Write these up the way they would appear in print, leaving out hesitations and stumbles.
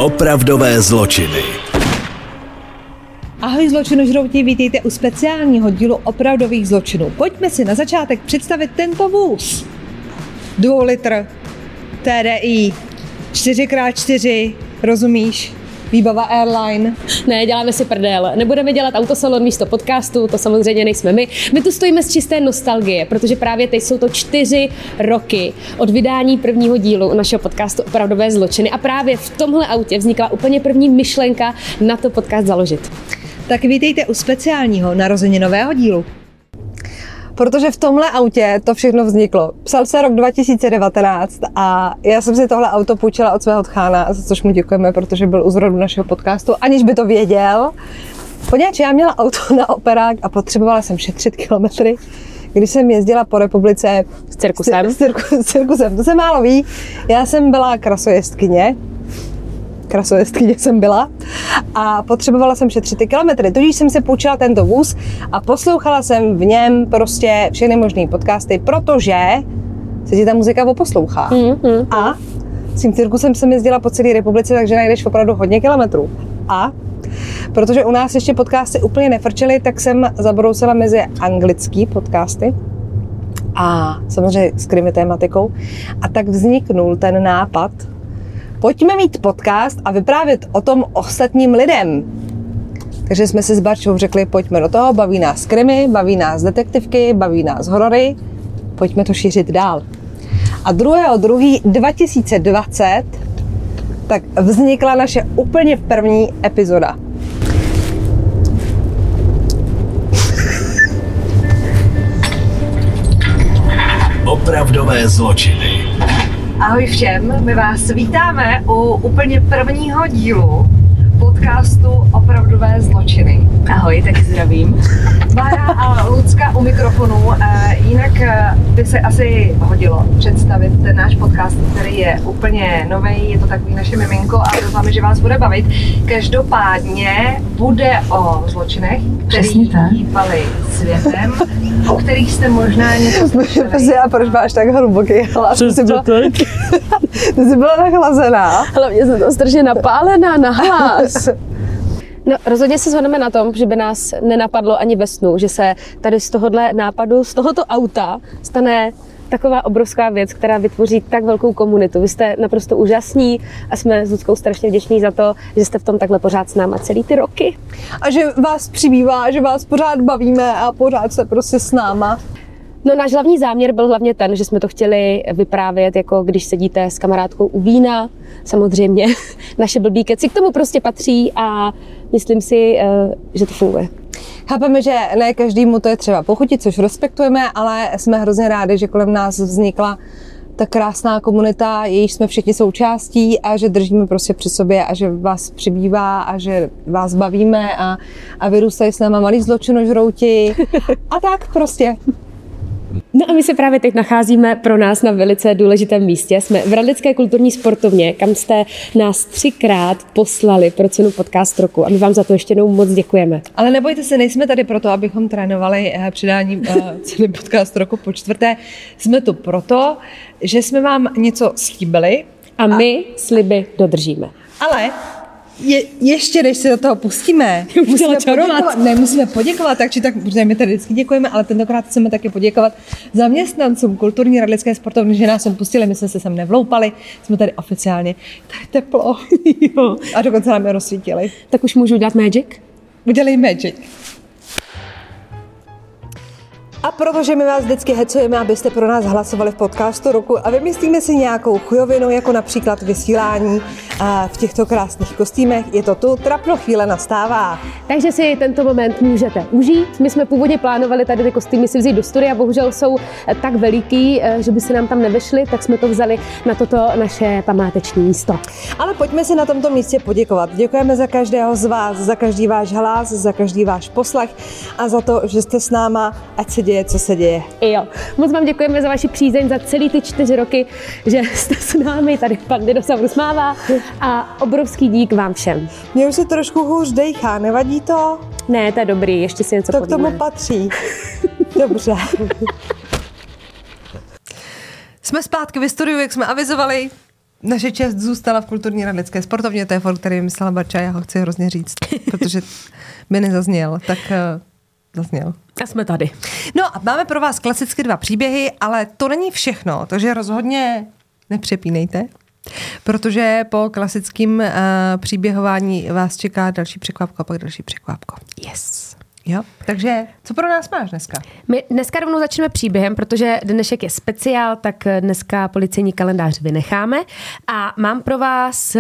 Opravdové zločiny. Ahoj zločinožrouti, vítejte u speciálního dílu opravdových zločinů. Pojďme si na začátek představit tento vůz. 2 litr TDI 4x4, rozumíš? Výbava Airline. Ne, děláme si prdel. Nebudeme dělat autosalon místo podcastu, to samozřejmě nejsme my. My tu stojíme z čisté nostalgie, protože právě teď jsou to 4 roky od vydání prvního dílu našeho podcastu Opravdové zločiny a právě v tomhle autě vznikla úplně první myšlenka na to podcast založit. Tak vítejte u speciálního narozeninového dílu. Protože v tomhle autě to všechno vzniklo. Psal se rok 2019 a já jsem si tohle auto půjčila od svého tchána, za což mu děkujeme, protože byl u zrodu našeho podcastu, aniž by to věděl. Poněvadž já měla auto na operák a potřebovala jsem šetřit kilometry, když jsem jezdila po republice s cirkusem. S cirkusem, to se málo ví. Já jsem byla krasojezdkyně jsem byla a potřebovala jsem šetřit ty kilometry. Tudíž jsem si půjčila tento vůz a poslouchala jsem v něm prostě všechny možné podcasty, protože se ti ta muzika oposlouchá. A s tím cirkusem jsem jezdila po celé republice, takže najdeš opravdu hodně kilometrů. A protože u nás ještě podcasty úplně nefrčely, tak jsem zabrousila mezi anglický podcasty a samozřejmě s krimi tématikou. A tak vzniknul ten nápad, pojďme mít podcast a vyprávět o tom ostatním lidem. Takže jsme si s Barčou řekli, pojďme do toho, baví nás krimi, baví nás detektivky, baví nás horory, pojďme to šířit dál. A 2.2.2020 tak vznikla naše úplně první epizoda. Opravdové zločiny. Ahoj všem, my vás vítáme u úplně prvního dílu podcastu Opravdové zločiny. Ahoj, taky zdravím. Bára a Lucka u mikrofonu. Jinak by se asi hodilo představit ten náš podcast, který je úplně nový, je to takový naše miminko a doufáme, že vás bude bavit. Každopádně bude o zločinech, který hýbaly světem, o kterých jste možná něco slyšeli. A proč máš tak hluboký hlas? Ty jsi byla nachlazená. Hlavně jsem to strašně napálená na hlas. No, rozhodně se shodneme na tom, že by nás nenapadlo ani ve snu, že se tady z tohohle nápadu, z tohoto auta stane taková obrovská věc, která vytvoří tak velkou komunitu. Vy jste naprosto úžasní a jsme s Luckou strašně vděční za to, že jste v tom takhle pořád s náma celý ty roky. A že vás přibývá, že vás pořád bavíme a pořád se prostě s náma. No, náš hlavní záměr byl hlavně ten, že jsme to chtěli vyprávět, jako když sedíte s kamarádkou u vína. Samozřejmě naše blbý keci k tomu prostě patří a myslím si, že to funguje. Chápeme, že ne každému to je třeba pochutit, což respektujeme, ale jsme hrozně rádi, že kolem nás vznikla ta krásná komunita, jejíž jsme všichni součástí a že držíme prostě při sobě a že vás přibývá a že vás bavíme a vyrůstají s náma malí zločinožrouti a tak prostě. No a my se právě teď nacházíme pro nás na velice důležitém místě. Jsme v Hradecké kulturní sportovně, kam jste nás 3krát poslali pro cenu podcast roku a my vám za to ještě jednou moc děkujeme. Ale nebojte se, nejsme tady proto, abychom trénovali předání ceny podcast roku po 4. Jsme tu proto, že jsme vám něco slíbili. A my sliby dodržíme. Ale ještě než se do toho pustíme, musíme poděkovat, takže tak, protože my tady vždycky děkujeme, ale tentokrát chceme taky poděkovat zaměstnancům kulturní Hradecké sportovny, že nás sem pustili, my jsme se sem nevloupali, jsme tady oficiálně, tady teplo a dokonce nám je rozsvítili. Tak už můžu dát magic? Udělej magic. A protože my vás vždycky hecujeme, abyste pro nás hlasovali v podcastu roku a vymyslíme si nějakou chujovinu, jako například vysílání v těchto krásných kostýmech, je to tu, trapno chvíle nastává. Takže si tento moment můžete užít. My jsme původně plánovali tady ty kostýmy si vzít do studia, bohužel jsou tak veliký, že by se nám tam nevešly, tak jsme to vzali na toto naše památeční místo. Ale pojďme si na tomto místě poděkovat. Děkujeme za každého z vás, za každý váš hlas, za každý váš poslech a za to, že jste s náma, ať se děje, co se děje. Jo, moc vám děkujeme za vaši přízeň, za celý ty 4 roky, že jste s námi, tady pan dinosaurus mává a obrovský dík vám všem. Mně už se trošku hůř dejchá, nevadí to? Ne, to je dobrý, ještě si něco to povíme. To k tomu patří. Dobře. Jsme zpátky ve studiu, jak jsme avizovali. Naše čest zůstala v kulturní radnické sportovně, to je for, který vymyslela Barča, já ho chci hrozně říct, protože by nezazněl, tak zazněl. A jsme tady. No a máme pro vás klasicky 2 příběhy, ale to není všechno, takže rozhodně nepřepínejte, protože po klasickém příběhování vás čeká další překvapko a pak další překvapko. Yes. Jo, takže co pro nás máš dneska? My dneska rovnou začneme příběhem, protože dnešek je speciál, tak dneska policejní kalendář vynecháme a mám pro vás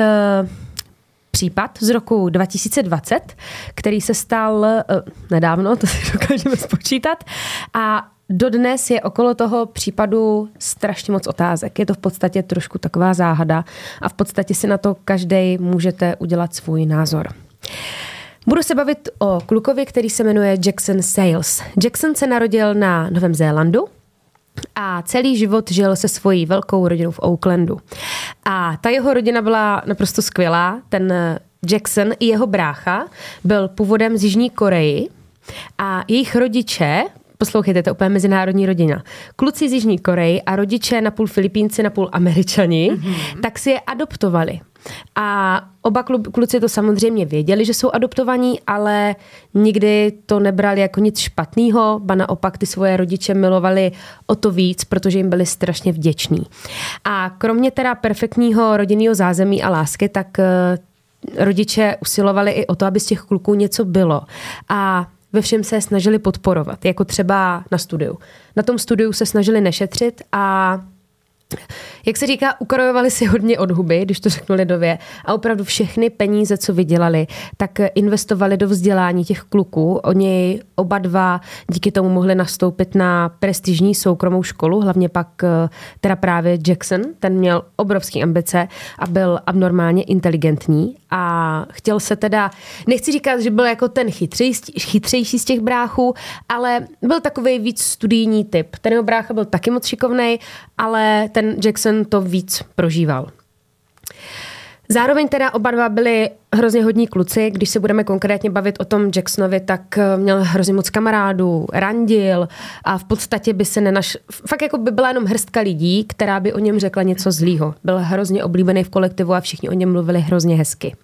případ z roku 2020, který se stal nedávno, to si dokážeme spočítat, a dodnes je okolo toho případu strašně moc otázek. Je to v podstatě trošku taková záhada a v podstatě si na to každej můžete udělat svůj názor. Budu se bavit o klukovi, který se jmenuje Jackson Sayles. Jackson se narodil na Novém Zélandu a celý život žil se svojí velkou rodinou v Aucklandu. A ta jeho rodina byla naprosto skvělá. Ten Jackson i jeho brácha byl původem z Jižní Koreji a jejich rodiče, poslouchejte, to je úplně mezinárodní rodina, kluci z Jižní Koreji a rodiče napůl Filipínci, napůl Američani, tak si je adoptovali. A oba kluci to samozřejmě věděli, že jsou adoptovaní, ale nikdy to nebrali jako nic špatného, ba naopak ty svoje rodiče milovali o to víc, protože jim byli strašně vděční. A kromě teda perfektního rodinného zázemí a lásky, tak rodiče usilovali i o to, aby z těch kluků něco bylo. A ve všem se snažili podporovat, jako třeba na studiu. Na tom studiu se snažili nešetřit a jak se říká, ukrojovali si hodně od huby, když to řeknu lidově, a opravdu všechny peníze, co vydělali, tak investovali do vzdělání těch kluků. Oni oba dva díky tomu mohli nastoupit na prestižní soukromou školu, hlavně pak teda právě Jackson, ten měl obrovský ambice a byl abnormálně inteligentní a chtěl se teda, nechci říkat, že byl jako ten chytřejší z těch bráchů, ale byl takovej víc studijní typ. Ten jeho brácha byl taky moc šikovnej, ale ten Jackson to víc prožíval. Zároveň teda oba dva byli hrozně hodní kluci. Když se budeme konkrétně bavit o tom Jacksonovi, tak měl hrozně moc kamarádů, randil a v podstatě by se fakt jako by byla jenom hrstka lidí, která by o něm řekla něco zlýho. Byl hrozně oblíbený v kolektivu a všichni o něm mluvili hrozně hezky.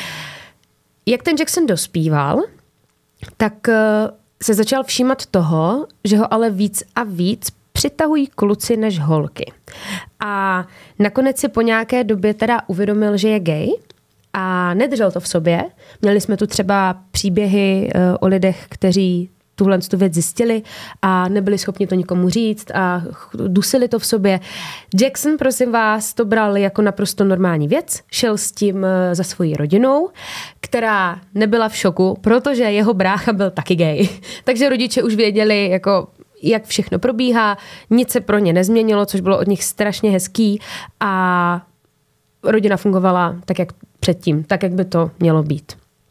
Jak ten Jackson dospíval, tak se začal všímat toho, že ho ale víc a víc přitahují kluci než holky. A nakonec si po nějaké době teda uvědomil, že je gay a nedržel to v sobě. Měli jsme tu třeba příběhy o lidech, kteří tuhle věc zjistili a nebyli schopni to nikomu říct a dusili to v sobě. Jackson, prosím vás, to bral jako naprosto normální věc. Šel s tím za svojí rodinou, která nebyla v šoku, protože jeho brácha byl taky gay. Takže rodiče už věděli, jako jak všechno probíhá, nic se pro ně nezměnilo, což bylo od nich strašně hezký a rodina fungovala tak, jak předtím, tak, jak by to mělo být.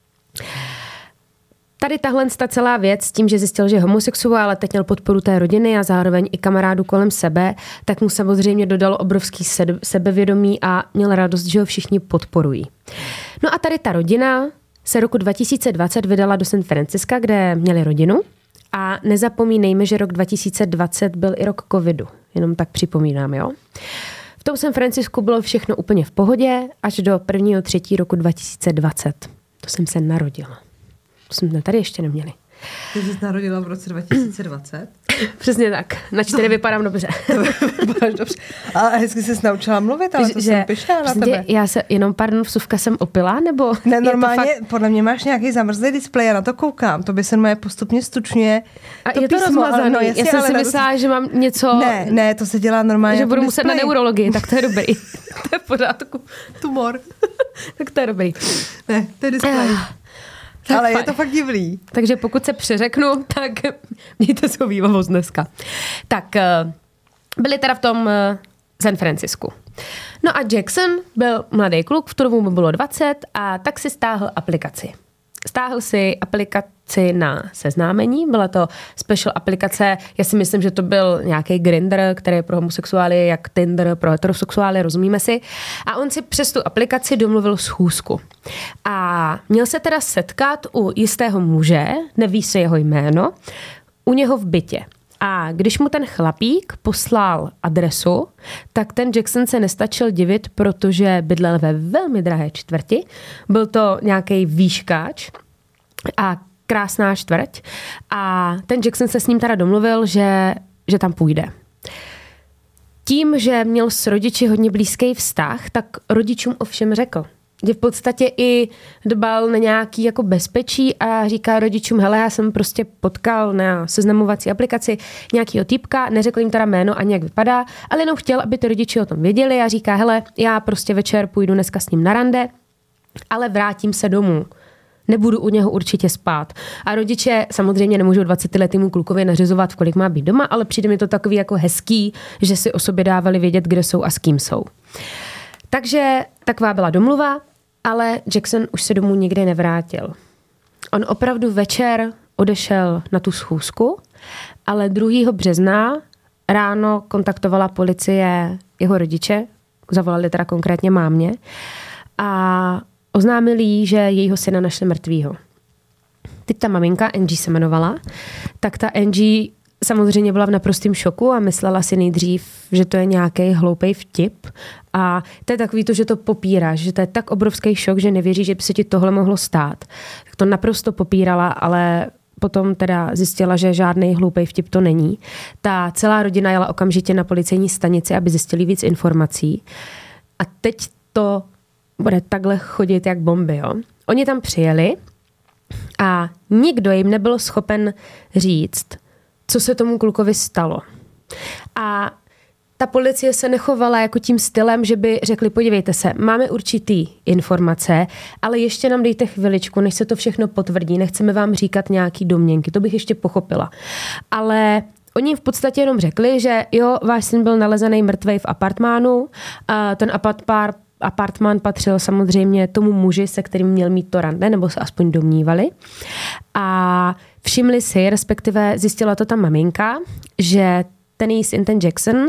Tady tahle celá věc s tím, že zjistil, že je homosexuál, ale teď měl podporu té rodiny a zároveň i kamarádů kolem sebe, tak mu samozřejmě dodalo obrovský sebevědomí a měl radost, že ho všichni podporují. No a tady ta rodina se roku 2020 vydala do San Francisca, kde měli rodinu. A nezapomínejme, že rok 2020 byl i rok covidu. Jenom tak připomínám, jo? V tom San Francisku bylo všechno úplně v pohodě až do 1.3. roku 2020. To jsem se narodila. To jsme tady ještě neměli. Ty jsi narodila v roce 2020? Přesně tak. Na 4 vypadám dobře. Vypadáš dobře. A hezky jsi naučila mluvit, ale to jsem pyšná na tebe. Já se jenom vsuvka jsem opila, nebo? Ne, normálně, podle mě máš nějaký zamrzlý displej, já na to koukám. To by se moje postupně stučňuje. A je to rozmazaný. No, já jsem si myslela, že mám něco... Ne, to se dělá normálně. Že budu muset na neurologii, tak to je dobrý. To je v pořádku. Tumor. Tak to je dobrý. Ne, to je displej. Ale je to fakt divný. Takže pokud se přeřeknu, tak mějte svou výbavost dneska. Tak byli teda v tom San Francisku. No a Jackson byl mladý kluk, v kterému mu bylo 20 a tak si stáhl aplikaci. Stáhl si aplikaci na seznámení, byla to special aplikace, já si myslím, že to byl nějaký Grindr, který je pro homosexuály, jak Tinder pro heterosexuály, rozumíme si. A on si přes tu aplikaci domluvil schůzku. A měl se teda setkat u jistého muže, neví se jeho jméno, u něho v bytě. A když mu ten chlapík poslal adresu, tak ten Jackson se nestačil divit, protože bydlel ve velmi drahé čtvrti. Byl to nějaký výškač a krásná čtvrť. A ten Jackson se s ním teda domluvil, že tam půjde. Tím, že měl s rodiči hodně blízký vztah, tak rodičům ovšem řekl, že v podstatě i dbal na nějaký jako bezpečí a říká rodičům, hele, já jsem prostě potkal na seznamovací aplikaci nějakýho týpka, neřekl jim teda jméno ani jak vypadá, ale jenom chtěl, aby ty rodiči o tom věděli a říká, hele, já prostě večer půjdu dneska s ním na rande, ale vrátím se domů. Nebudu u něho určitě spát. A rodiče samozřejmě nemůžou 20letýmu klukovi nařizovat, kolik má být doma, ale přijde mi to takový jako hezký, že si o sobě dávali vědět, kde jsou a s kým jsou. Takže taková byla domluva, ale Jackson už se domů nikdy nevrátil. On opravdu večer odešel na tu schůzku, ale 2. března ráno kontaktovala policie jeho rodiče, zavolali teda konkrétně mámě, a oznámili jí, že jejího syna našli mrtvýho. Teď ta maminka, Angie se jmenovala, tak ta Angie samozřejmě byla v naprostém šoku a myslela si nejdřív, že to je nějaký hloupej vtip. A to je takový to, že to popíráš, že to je tak obrovský šok, že nevěří, že by se ti tohle mohlo stát. Tak to naprosto popírala, ale potom teda zjistila, že žádný hloupej vtip to není. Ta celá rodina jela okamžitě na policejní stanici, aby zjistili víc informací. A teď to bude takhle chodit jak bomby. Jo? Oni tam přijeli a nikdo jim nebyl schopen říct, co se tomu klukovi stalo. A ta policie se nechovala jako tím stylem, že by řekli, podívejte se, máme určitý informace, ale ještě nám dejte chviličku, než se to všechno potvrdí, nechceme vám říkat nějaký domněnky, to bych ještě pochopila. Ale oni v podstatě jenom řekli, že jo, váš syn byl nalezený mrtvej v apartmánu, a ten apartmán patřil samozřejmě tomu muži, se kterým měl mít to rande, nebo se aspoň domnívali. A všimli si, respektive zjistila to ta maminka, že ten její syn, ten Jackson,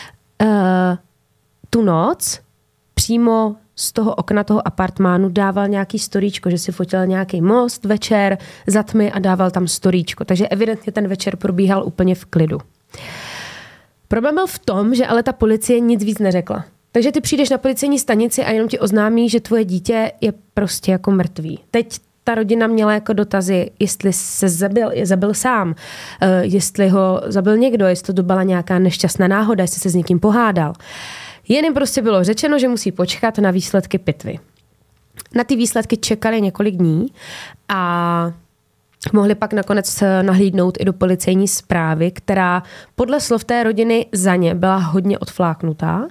tu noc přímo z toho okna toho apartmánu dával nějaký storíčko, že si fotil nějaký most večer za tmy a dával tam storíčko. Takže evidentně ten večer probíhal úplně v klidu. Problém byl v tom, že ale ta policie nic víc neřekla. Takže ty přijdeš na policejní stanici a jenom ti oznámí, že tvoje dítě je prostě jako mrtvý. Teď ta rodina měla jako dotazy, jestli se zabil sám, jestli ho zabil někdo, jestli to byla nějaká nešťastná náhoda, jestli se s někým pohádal. Jen jim prostě bylo řečeno, že musí počkat na výsledky pitvy. Na ty výsledky čekali několik dní a mohli pak nakonec nahlídnout i do policejní zprávy, která podle slov té rodiny za ně byla hodně odfláknutá.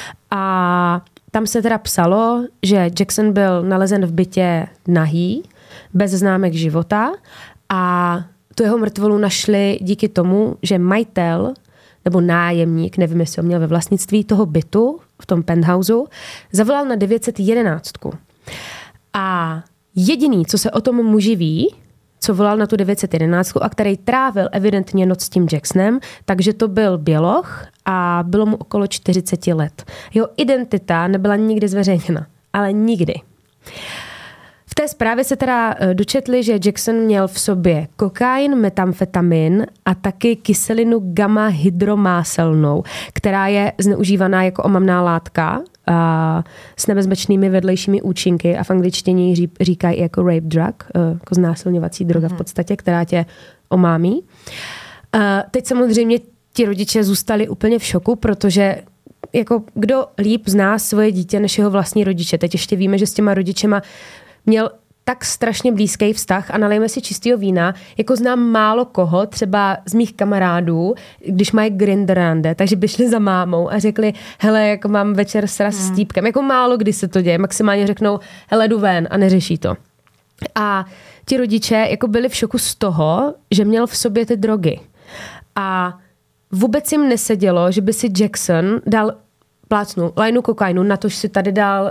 A tam se teda psalo, že Jackson byl nalezen v bytě nahý, bez známek života a tu jeho mrtvolu našli díky tomu, že majitel nebo nájemník, nevím, jestli ho měl ve vlastnictví toho bytu v tom penthouseu, zavolal na 911. A jediný, co se o tom muži ví, co volal na tu 911 a který trávil evidentně noc s tím Jacksonem, takže to byl běloch a bylo mu okolo 40 let. Jeho identita nebyla nikdy zveřejněna, ale nikdy. V té zprávě se teda dočetli, že Jackson měl v sobě kokain, metamfetamin a taky kyselinu gamma-hydromáselnou, která je zneužívaná jako omamná látka s nebezpečnými vedlejšími účinky a v angličtině říkají jako rape drug, jako znásilňovací droga v podstatě, která tě omámí. Teď samozřejmě ti rodiče zůstali úplně v šoku, protože jako kdo líp zná svoje dítě než jeho vlastní rodiče. Teď ještě víme, že s těma rodičema měl tak strašně blízký vztah a nalejme si čistého vína, jako znám málo koho, třeba z mých kamarádů, když mají Grindr rande, takže by šli za mámou a řekli, hele, jako mám večer sraz s týpkem. Jako málo kdy se to děje, maximálně řeknou, hele, jdu ven a neřeší to. A ti rodiče jako byli v šoku z toho, že měl v sobě ty drogy. A vůbec jim nesedělo, že by si Jackson dal plácnu lajnu kokainu, na to, že si tady dal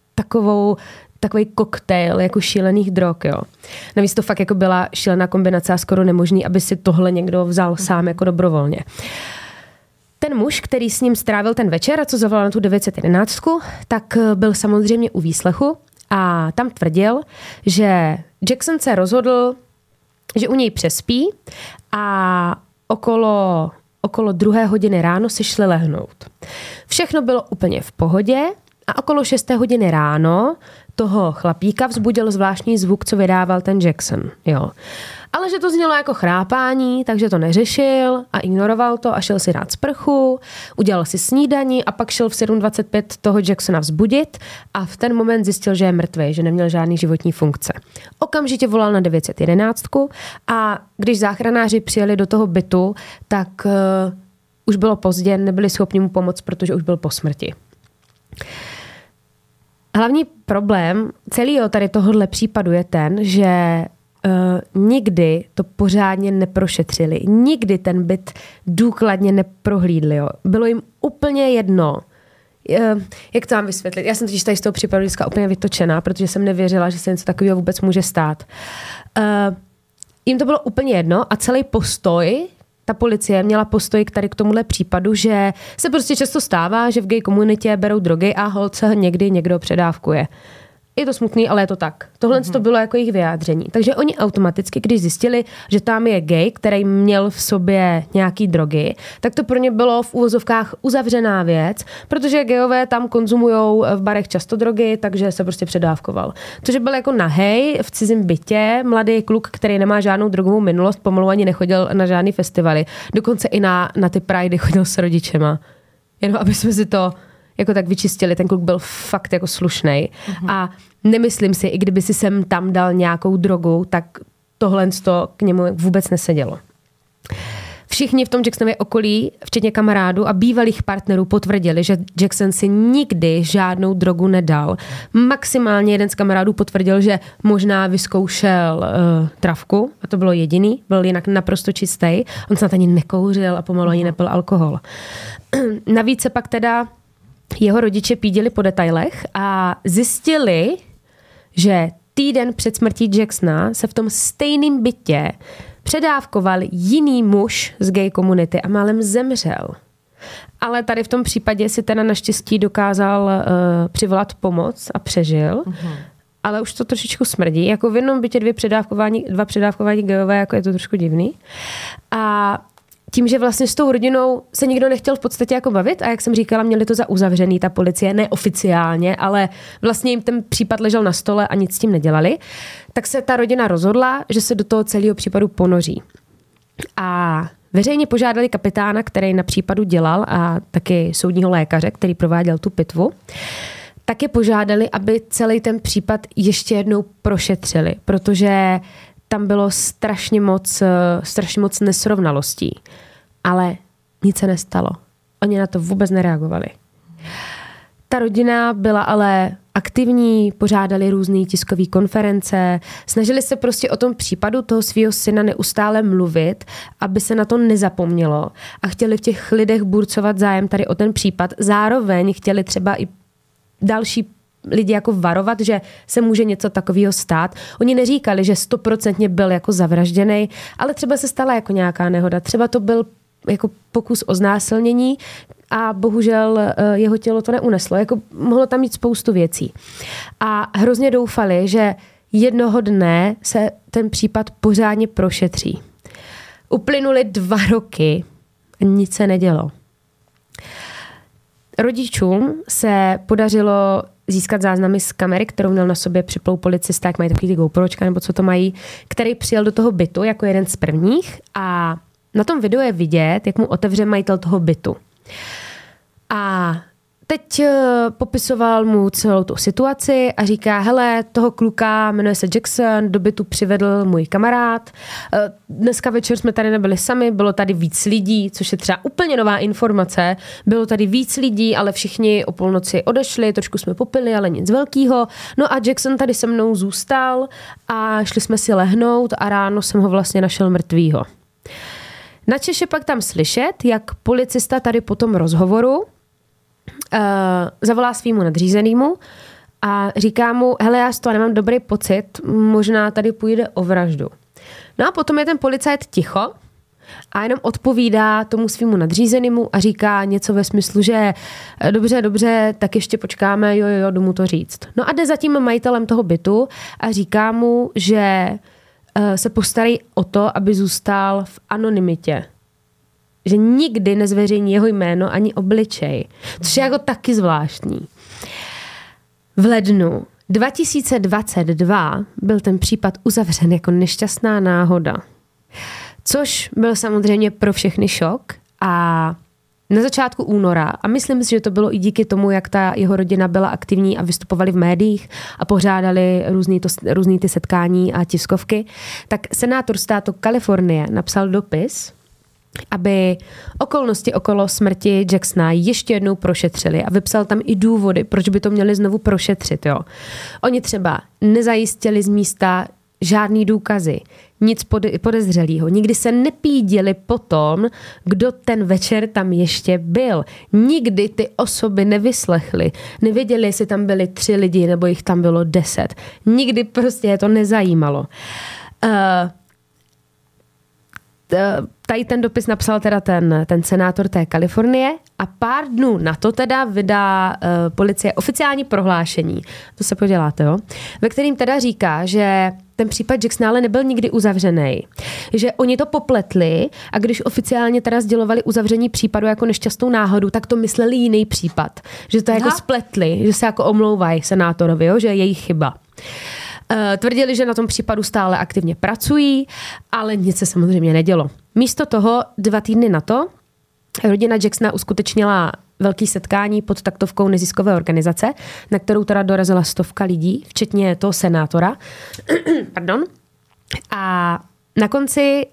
takový koktejl jako šílených drog, jo. Navíc to fakt jako byla šílená kombinace a skoro nemožný, aby si tohle někdo vzal sám jako dobrovolně. Ten muž, který s ním strávil ten večer a co zavolal na tu 911, tak byl samozřejmě u výslechu a tam tvrdil, že Jackson se rozhodl, že u něj přespí a okolo 2 hodiny ráno si šli lehnout. Všechno bylo úplně v pohodě a okolo 6 hodiny ráno toho chlapíka vzbudil zvláštní zvuk, co vydával ten Jackson. Jo. Ale že to znělo jako chrápání, takže to neřešil a ignoroval to a šel si dát sprchu, udělal si snídani a pak šel v 7:25 toho Jacksona vzbudit a v ten moment zjistil, že je mrtvý, že neměl žádný životní funkce. Okamžitě volal na 911 a když záchranáři přijeli do toho bytu, tak už bylo pozdě, nebyli schopni mu pomoct, protože už byl po smrti. Hlavní problém celého tady tohohle případu je ten, že nikdy to pořádně neprošetřili. Nikdy ten byt důkladně neprohlídli. Jo. Bylo jim úplně jedno. Jak to mám vysvětlit? Já jsem totiž tady z toho případu dneska úplně vytočená, protože jsem nevěřila, že se něco takového vůbec může stát. Jim to bylo úplně jedno a celý postoj, ta policie měla postoj tady k tomuhle případu, že se prostě často stává, že v gay komunitě berou drogy a holt se někdy někdo předávkuje. Je to smutný, ale je to tak. Tohle to bylo jako jejich vyjádření. Takže oni automaticky, když zjistili, že tam je gay, který měl v sobě nějaký drogy, tak to pro ně bylo v uvozovkách uzavřená věc, protože gayové tam konzumujou v barech často drogy, takže se prostě předávkoval. Což byl jako nahej v cizím bytě, mladý kluk, který nemá žádnou drogovou minulost, pomalu ani nechodil na žádný festivaly. Dokonce i na ty pridey chodil s rodičema. Jenom aby jsme si to jako tak vyčistili, ten kluk byl fakt jako slušnej. A nemyslím si, i kdyby si sem tam dal nějakou drogu, tak tohle k němu vůbec nesedělo. Všichni v tom Jacksonově okolí, včetně kamarádů a bývalých partnerů, potvrdili, že Jackson si nikdy žádnou drogu nedal. Maximálně jeden z kamarádů potvrdil, že možná vyzkoušel travku, a to bylo jediný, byl jinak naprosto čistý. On snad ani nekouřil a pomalu ani nepil alkohol. Navíc se pak teda jeho rodiče pídili po detailech a zjistili, že týden před smrtí Jacksona se v tom stejném bytě předávkoval jiný muž z gay komunity a málem zemřel. Ale tady v tom případě si teda naštěstí dokázal přivolat pomoc a přežil. Ale už to trošičku smrdí. Jako v jednom bytě dva předávkování gayové, jako je to trošku divný. A tím, že vlastně s tou rodinou se nikdo nechtěl v podstatě jako bavit a jak jsem říkala, měli to za uzavřený ta policie, neoficiálně, ale vlastně jim ten případ ležel na stole a nic s tím nedělali, tak se ta rodina rozhodla, že se do toho celého případu ponoří. A veřejně požádali kapitána, který na případu dělal a taky soudního lékaře, který prováděl tu pitvu, taky požádali, aby celý ten případ ještě jednou prošetřili, protože tam bylo strašně moc nesrovnalostí. Ale nic se nestalo. Oni na to vůbec nereagovali. Ta rodina byla ale aktivní, pořádali různé tiskové konference, snažili se prostě o tom případu toho svého syna neustále mluvit, aby se na to nezapomnělo a chtěli v těch lidech burcovat zájem tady o ten případ. Zároveň chtěli třeba i další lidi jako varovat, že se může něco takového stát. Oni neříkali, že 100% byl jako zavražděný, ale třeba se stala jako nějaká nehoda. Třeba to byl jako pokus o znásilnění a bohužel jeho tělo to neuneslo. Jako mohlo tam mít spoustu věcí. A hrozně doufali, že jednoho dne se ten případ pořádně prošetří. Uplynuly 2 roky a nic se nedělo. Rodičům se podařilo získat záznamy z kamery, kterou měl na sobě připlou policista, jak mají takový ty GoPročka, nebo co to mají, který přijel do toho bytu jako jeden z prvních a na tom videu je vidět, jak mu otevře majitel toho bytu. A teď popisoval mu celou tu situaci a říká, hele, toho kluka jmenuje se Jackson, do bytu přivedl můj kamarád. Dneska večer jsme tady nebyli sami, bylo tady víc lidí, což je třeba úplně nová informace. Bylo tady víc lidí, ale všichni o půlnoci odešli, trošku jsme popili, ale nic velkýho. No a Jackson tady se mnou zůstal a šli jsme si lehnout a ráno jsem ho vlastně našel mrtvýho. Načež je pak tam slyšet, jak policista tady po tom rozhovoru zavolá svýmu nadřízenýmu a říká mu, hele, já z toho nemám dobrý pocit, možná tady půjde o vraždu. No a potom je ten policajt ticho a jenom odpovídá tomu svýmu nadřízenému a říká něco ve smyslu, že dobře, tak ještě počkáme, jo, jdu mu to říct. No a jde za tím majitelem toho bytu a říká mu, že se postarají o to, aby zůstal v anonymitě. že nikdy nezveřejní jeho jméno ani obličej. Což je jako taky zvláštní. V lednu 2022 byl ten případ uzavřen jako nešťastná náhoda. Což byl samozřejmě pro všechny šok a na začátku února, a myslím si, že to bylo i díky tomu, jak ta jeho rodina byla aktivní a vystupovali v médiích a pořádali různý ty setkání a tiskovky, tak senátor státu Kalifornie napsal dopis, aby okolnosti okolo smrti Jacksona ještě jednou prošetřili a vypsal tam i důvody, proč by to měli znovu prošetřit. Jo. Oni třeba nezajistili z místa žádný důkazy, nic podezřelého. Nikdy se nepídili po tom, kdo ten večer tam ještě byl. Nikdy ty osoby nevyslechli. Nevěděli, jestli tam byli 3 lidi, nebo jich tam bylo 10. Nikdy prostě je to nezajímalo. Tady ten dopis napsal teda ten senátor té Kalifornie a pár dnů na to teda vydá policie oficiální prohlášení. To se poděláte, jo? Ve kterým teda říká, že ten případ Jacksona ale nebyl nikdy uzavřený. Že oni to popletli a když oficiálně teda sdělovali uzavření případu jako nešťastnou náhodu, tak to mysleli jiný případ. Že to jako spletli, že se jako omlouvají senátorovi, jo? Že je jejich chyba. Tvrdili, že na tom případu stále aktivně pracují, ale nic se samozřejmě nedělo. Místo toho 2 týdny na to rodina Jacksona uskutečnila velké setkání pod taktovkou neziskové organizace, na kterou teda dorazila 100 lidí, včetně toho senátora. Pardon. A na konci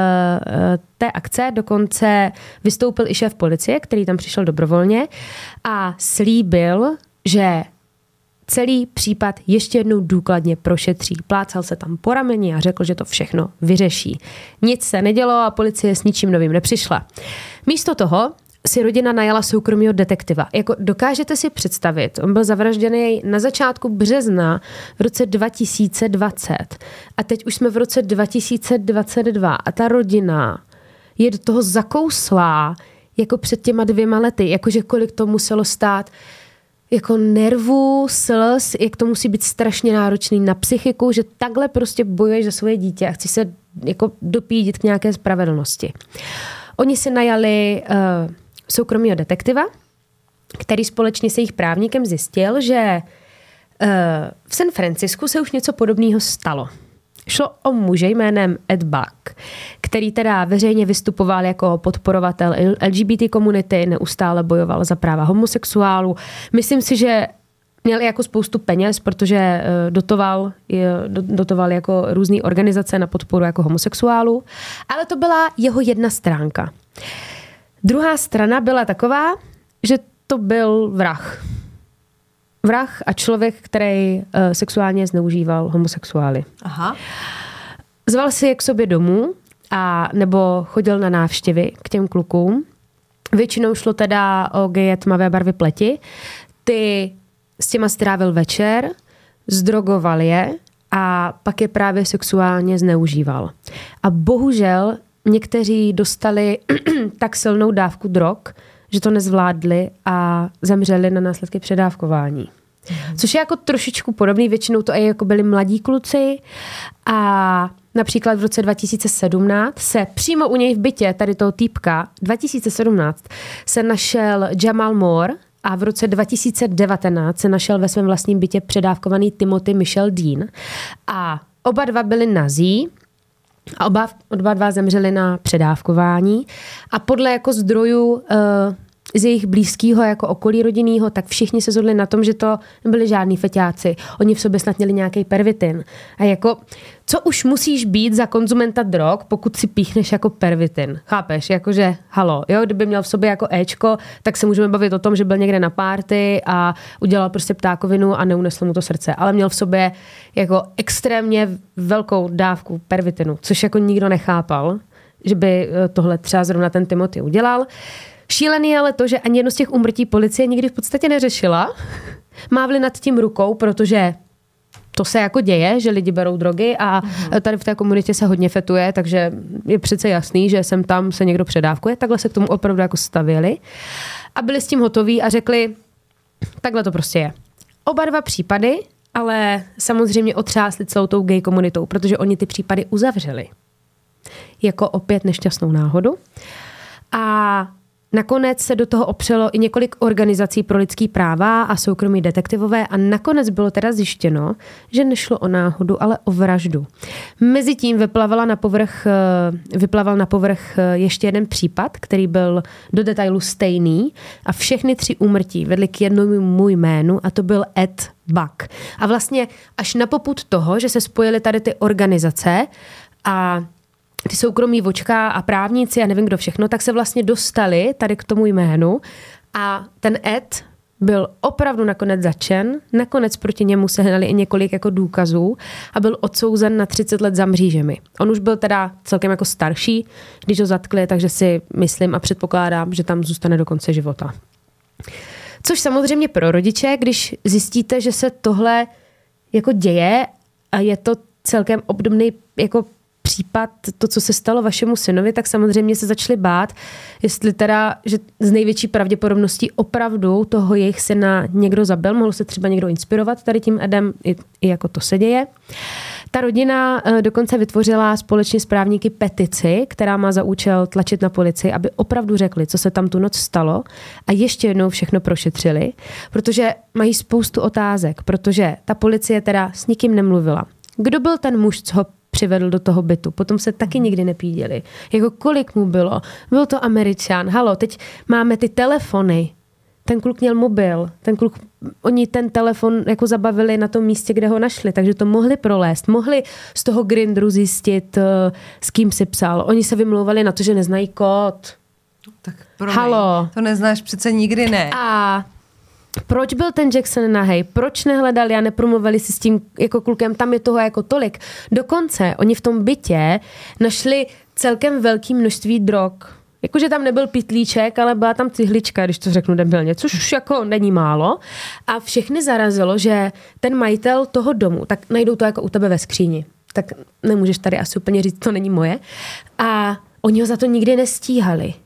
té akce dokonce vystoupil i šéf policie, který tam přišel dobrovolně a slíbil, že celý případ ještě jednou důkladně prošetří. Plácal se tam po rameni a řekl, že to všechno vyřeší. Nic se nedělo a policie s ničím novým nepřišla. Místo toho si rodina najala soukromého detektiva. Jako dokážete si představit, on byl zavražděný na začátku března v roce 2020 a teď už jsme v roce 2022 a ta rodina je do toho zakouslá jako před těma 2 lety. Jakože kolik to muselo stát jako nervů, slz, jak to musí být strašně náročný na psychiku, že takhle prostě bojuješ za svoje dítě a chci se jako dopídit k nějaké spravedlnosti. Oni si najali soukromého detektiva, který společně se jejich právníkem zjistil, že v San Francisku se už něco podobného stalo. Šlo o muže jménem Ed Buck, který teda veřejně vystupoval jako podporovatel LGBT komunity, neustále bojoval za práva homosexuálů. Myslím si, že měl jako spoustu peněz, protože dotoval jako různé organizace na podporu jako homosexuálů, ale to byla jeho jedna stránka. Druhá strana byla taková, že to byl vrah. Vrah a člověk, který sexuálně zneužíval homosexuály. Aha. Zval si je k sobě domů a nebo chodil na návštěvy k těm klukům. Většinou šlo teda o geje tmavé barvy pleti. Ty s těma strávil večer, zdrogoval je a pak je právě sexuálně zneužíval. A bohužel někteří dostali tak silnou dávku drog, že to nezvládli a zemřeli na následky předávkování. Což je jako trošičku podobný, většinou to i jako byli mladí kluci a například v roce 2017 se přímo u něj v bytě, tady toho týpka, 2017 se našel Jamal Moore a v roce 2019 se našel ve svém vlastním bytě předávkovaný Timothy Michel Dean a oba dva byli nazí a oba dva zemřeli na předávkování a podle jako zdrojů z jejich blízkého jako okolí rodinného, tak všichni se shodli na tom, že to nebyli žádní feťáci. Oni v sobě snad měli nějaký pervitin. A jako, co už musíš být za konzumenta drog, pokud si píchneš jako pervitin? Chápeš? Jakože, halo, jo, kdyby měl v sobě jako éčko, tak se můžeme bavit o tom, že byl někde na párty a udělal prostě ptákovinu a neunesl mu to srdce. Ale měl v sobě jako extrémně velkou dávku pervitinu, což jako nikdo nechápal, že by tohle třeba zrovna ten Timothy udělal. Šílený je ale to, že ani jedno z těch úmrtí policie nikdy v podstatě neřešila. Mávli nad tím rukou, protože to se jako děje, že lidi berou drogy a tady v té komunitě se hodně fetuje, takže je přece jasný, že sem tam se někdo předávkuje. Takhle se k tomu opravdu jako stavěli. A byli s tím hotoví a řekli, takhle to prostě je. Oba dva případy, ale samozřejmě otřásli celou tou gay komunitou, protože oni ty případy uzavřeli. Jako opět nešťastnou náhodu. A nakonec se do toho opřelo i několik organizací pro lidský práva a soukromí detektivové a nakonec bylo teda zjištěno, že nešlo o náhodu, ale o vraždu. Mezitím vyplaval na povrch ještě jeden případ, který byl do detailu stejný a všechny 3 úmrtí vedly k jednomu jménu a to byl Ed Buck. A vlastně až na popud toho, že se spojily tady ty organizace a ty soukromí vočka a právníci a nevím kdo všechno, tak se vlastně dostali tady k tomu jménu a ten Ed byl opravdu nakonec zatčen, nakonec proti němu sehnali i několik jako důkazů a byl odsouzen na 30 let za mřížemi. On už byl teda celkem jako starší, když ho zatkli, takže si myslím a předpokládám, že tam zůstane do konce života. Což samozřejmě pro rodiče, když zjistíte, že se tohle jako děje a je to celkem obdobný jako případ, to, co se stalo vašemu synovi, tak samozřejmě se začali bát, jestli teda, že z největší pravděpodobností opravdu toho jejich syna někdo zabil, mohl se třeba někdo inspirovat tady tím Edem, i jako to se děje. Ta rodina dokonce vytvořila společně s právníky petici, která má za účel tlačit na policii, aby opravdu řekli, co se tam tu noc stalo a ještě jednou všechno prošetřili, protože mají spoustu otázek, protože ta policie teda s nikým nemluvila. Kdo byl ten muž, co ho přivedl do toho bytu? Potom se taky nikdy nepíděli. Jako kolik mu bylo? Byl to Američan. Halo, teď máme ty telefony. Ten kluk měl mobil. Oni ten telefon jako zabavili na tom místě, kde ho našli, takže to mohli prolézt. Mohli z toho Grindru zjistit, s kým si psal. Oni se vymlouvali na to, že neznají kód. Tak promiň, halo. To neznáš přece nikdy, ne. A proč byl ten Jackson nahej? Proč nehledali a nepromluvili si s tím jako klukem? Tam je toho jako tolik. Dokonce oni v tom bytě našli celkem velké množství drog. Jakože tam nebyl pytlíček, ale byla tam cihlička, když to řeknu debilně, což už jako není málo. A všechny zarazilo, že ten majitel toho domu, tak najdou to jako u tebe ve skříni. Tak nemůžeš tady asi úplně říct, to není moje. A oni ho za to nikdy nestíhali.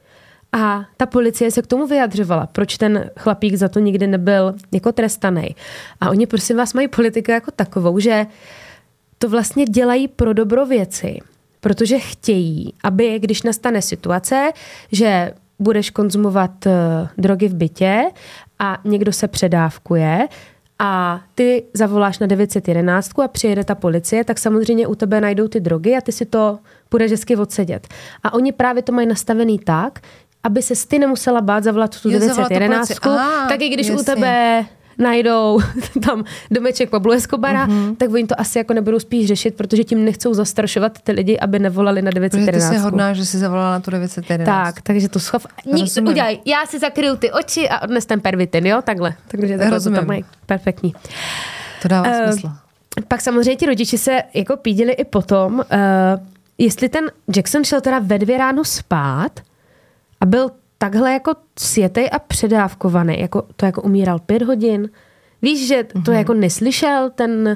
A ta policie se k tomu vyjadřovala, proč ten chlapík za to nikdy nebyl jako trestaný. A oni, prosím vás, mají politiku jako takovou, že to vlastně dělají pro dobro věci, protože chtějí, aby když nastane situace, že budeš konzumovat drogy v bytě a někdo se předávkuje a ty zavoláš na 911 a přijede ta policie, tak samozřejmě u tebe najdou ty drogy a ty si to budeš hezky odsedět. A oni právě to mají nastavený tak, aby se ty nemusela bát zavolat tu 911, tak i když u tebe najdou tam domeček Pablo Escobara, tak oni to asi jako nebudou spíš řešit, protože tím nechcou zastrašovat ty lidi, aby nevolali na 911. Protože ty jsi hodná, že jsi zavolala na tu 911. Tak, takže to schov. Udělej, já si zakryju ty oči a odnes ten pervitin, jo, takhle. Takže takhle to tam mají. Perfektní. To dává smysl. Pak samozřejmě ti rodiči se jako pídili i potom, jestli ten Jackson šel teda ve 2 ráno spát a byl takhle jako sjetej a předávkovaný, jako to jako umíral 5 hodin. Víš, že to jako neslyšel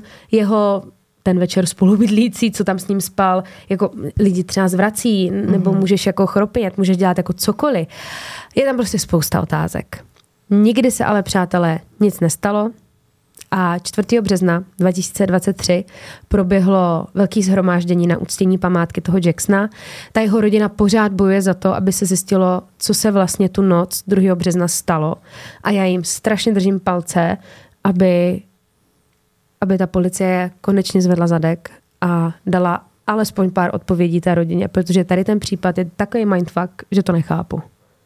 ten večer spolubydlící, co tam s ním spal, jako lidi třeba zvrací, nebo můžeš jako chropět, můžeš dělat jako cokoliv. Je tam prostě spousta otázek. Nikdy se ale, přátelé, nic nestalo a 4. března 2023 proběhlo velké shromáždění na uctění památky toho Jacksona. Ta jeho rodina pořád bojuje za to, aby se zjistilo, co se vlastně tu noc 2. března stalo. A já jim strašně držím palce, aby ta policie konečně zvedla zadek a dala alespoň pár odpovědí té rodině, protože tady ten případ je takový mindfuck, že to nechápu.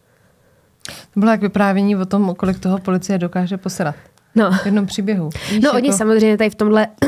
To bylo jak vyprávění o tom, kolik toho policie dokáže posrat. No. V jednom příběhu. Víš, no oni samozřejmě tady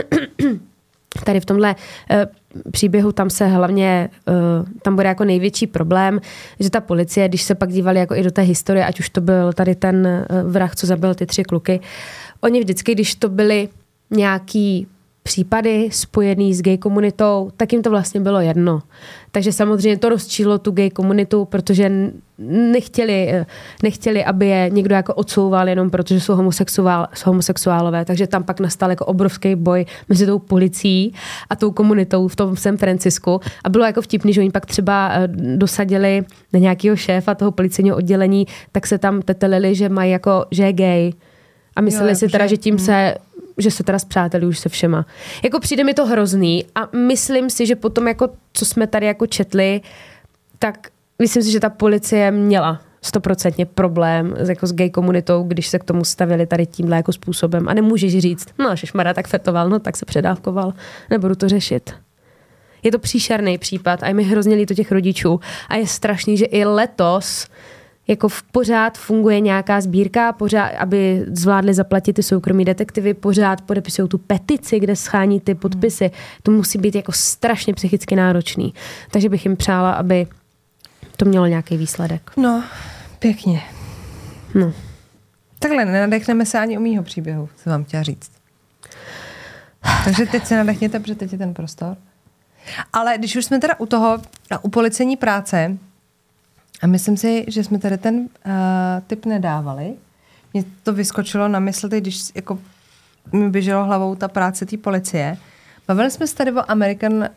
v tomhle příběhu tam se hlavně, tam bude jako největší problém, že ta policie, když se pak dívali jako i do té historie, ať už to byl tady ten vrah, co zabil ty 3 kluky, oni vždycky, když to byly nějaký případy spojený s gay komunitou, tak jim to vlastně bylo jedno. Takže samozřejmě to rozčílo tu gay komunitu, protože nechtěli, aby je někdo jako odsouval jenom protože jsou homosexuálové. Takže tam pak nastal jako obrovský boj mezi tou policií a tou komunitou v tom San Francisku. A bylo jako vtipný, že oni pak třeba dosadili na nějakého šéfa toho policejního oddělení, tak se tam tetelili, že mají jako, že je gay. A mysleli si teda, že tím že se teda spřáteli už se všema. Jako přijde mi to hrozný a myslím si, že potom jako, co jsme tady jako četli, tak myslím si, že ta policie měla 100% problém jako s gay komunitou, když se k tomu stavili tady tímhle jako způsobem. A nemůžeš říct, no šešmara tak fetoval, no tak se předávkoval, nebudu to řešit. Je to příšerný případ a je mi hrozně líto těch rodičů. A je strašný, že i letos jako pořád funguje nějaká sbírka, pořád, aby zvládli zaplatit ty soukromí detektivy, pořád podepisují tu petici, kde schání ty podpisy. To musí být jako strašně psychicky náročný. Takže bych jim přála, aby to mělo nějaký výsledek. No, pěkně. No. Takhle nenadechneme se ani u mýho příběhu, co vám chtěla říct. Takže teď se nadechněte, protože teď je ten prostor. Ale když už jsme teda u toho, u policejní práce, a myslím si, že jsme tady ten tip nedávali, mě to vyskočilo na mysl, když jako mi běželo hlavou ta práce té policie. Bavili jsme se tady o American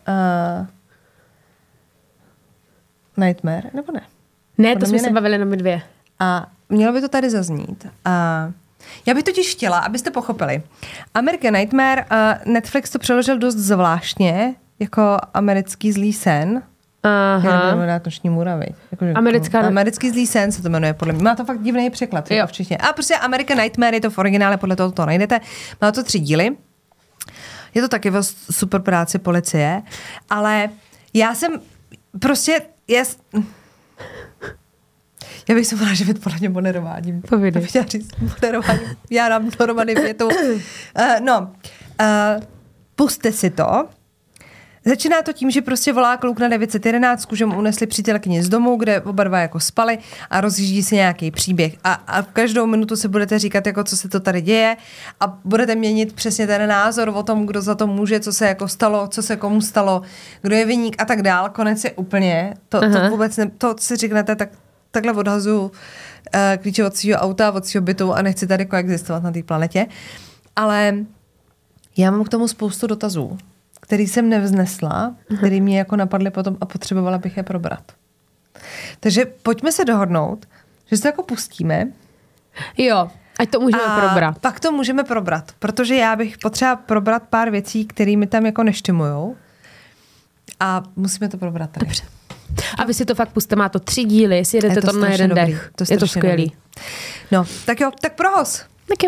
Nightmare, nebo ne? Ne, to jsme se bavili na my dvě. A mělo by to tady zaznít. Já bych totiž chtěla, abyste pochopili. American Nightmare, Netflix to přeložil dost zvláštně, jako americký zlý sen. Aha. Noční můra, Americký zlý sen se to jmenuje, podle mě. Má to fakt divný překlad. Jo. A prostě American Nightmare je to v originále, podle toho to najdete. Má to 3 díly. Je to taky super práce policie, ale já jsem prostě... Já bych se mohla živit podle mě moderováním. Povídej. Chtěla říct moderováním. Já dám dohromady větu. Pusťte si to. Začíná to tím, že prostě volá kluk na 911, že mu unesli přítelkyni z domu, kde oba dva jako spali a rozjíždí si nějaký příběh. A v každou minutu se budete říkat, jako co se to tady děje a budete měnit přesně ten názor o tom, kdo za to může, co se jako stalo, co se komu stalo, kdo je viník a tak dál. Konec je úplně, to vůbec ne, to si řeknete, takhle odhazuju klíče od svého auta, od svého bytu a nechci tady koexistovat na té planetě. Ale já mám k tomu spoustu dotazů, který jsem nevznesla, který mě jako napadly potom a potřebovala bych je probrat. Takže pojďme se dohodnout, že se to jako pustíme. Jo, ať to můžeme probrat. Pak to můžeme probrat, protože já bych potřeba probrat pár věcí, které mi tam jako neštymujou a musíme to probrat tady. Dobře. A vy si to fakt puste, má to 3 díly, si jedete to na jeden dech. Je to skvělý. Dobrý. No, tak jo, tak prohoz. Tak jo.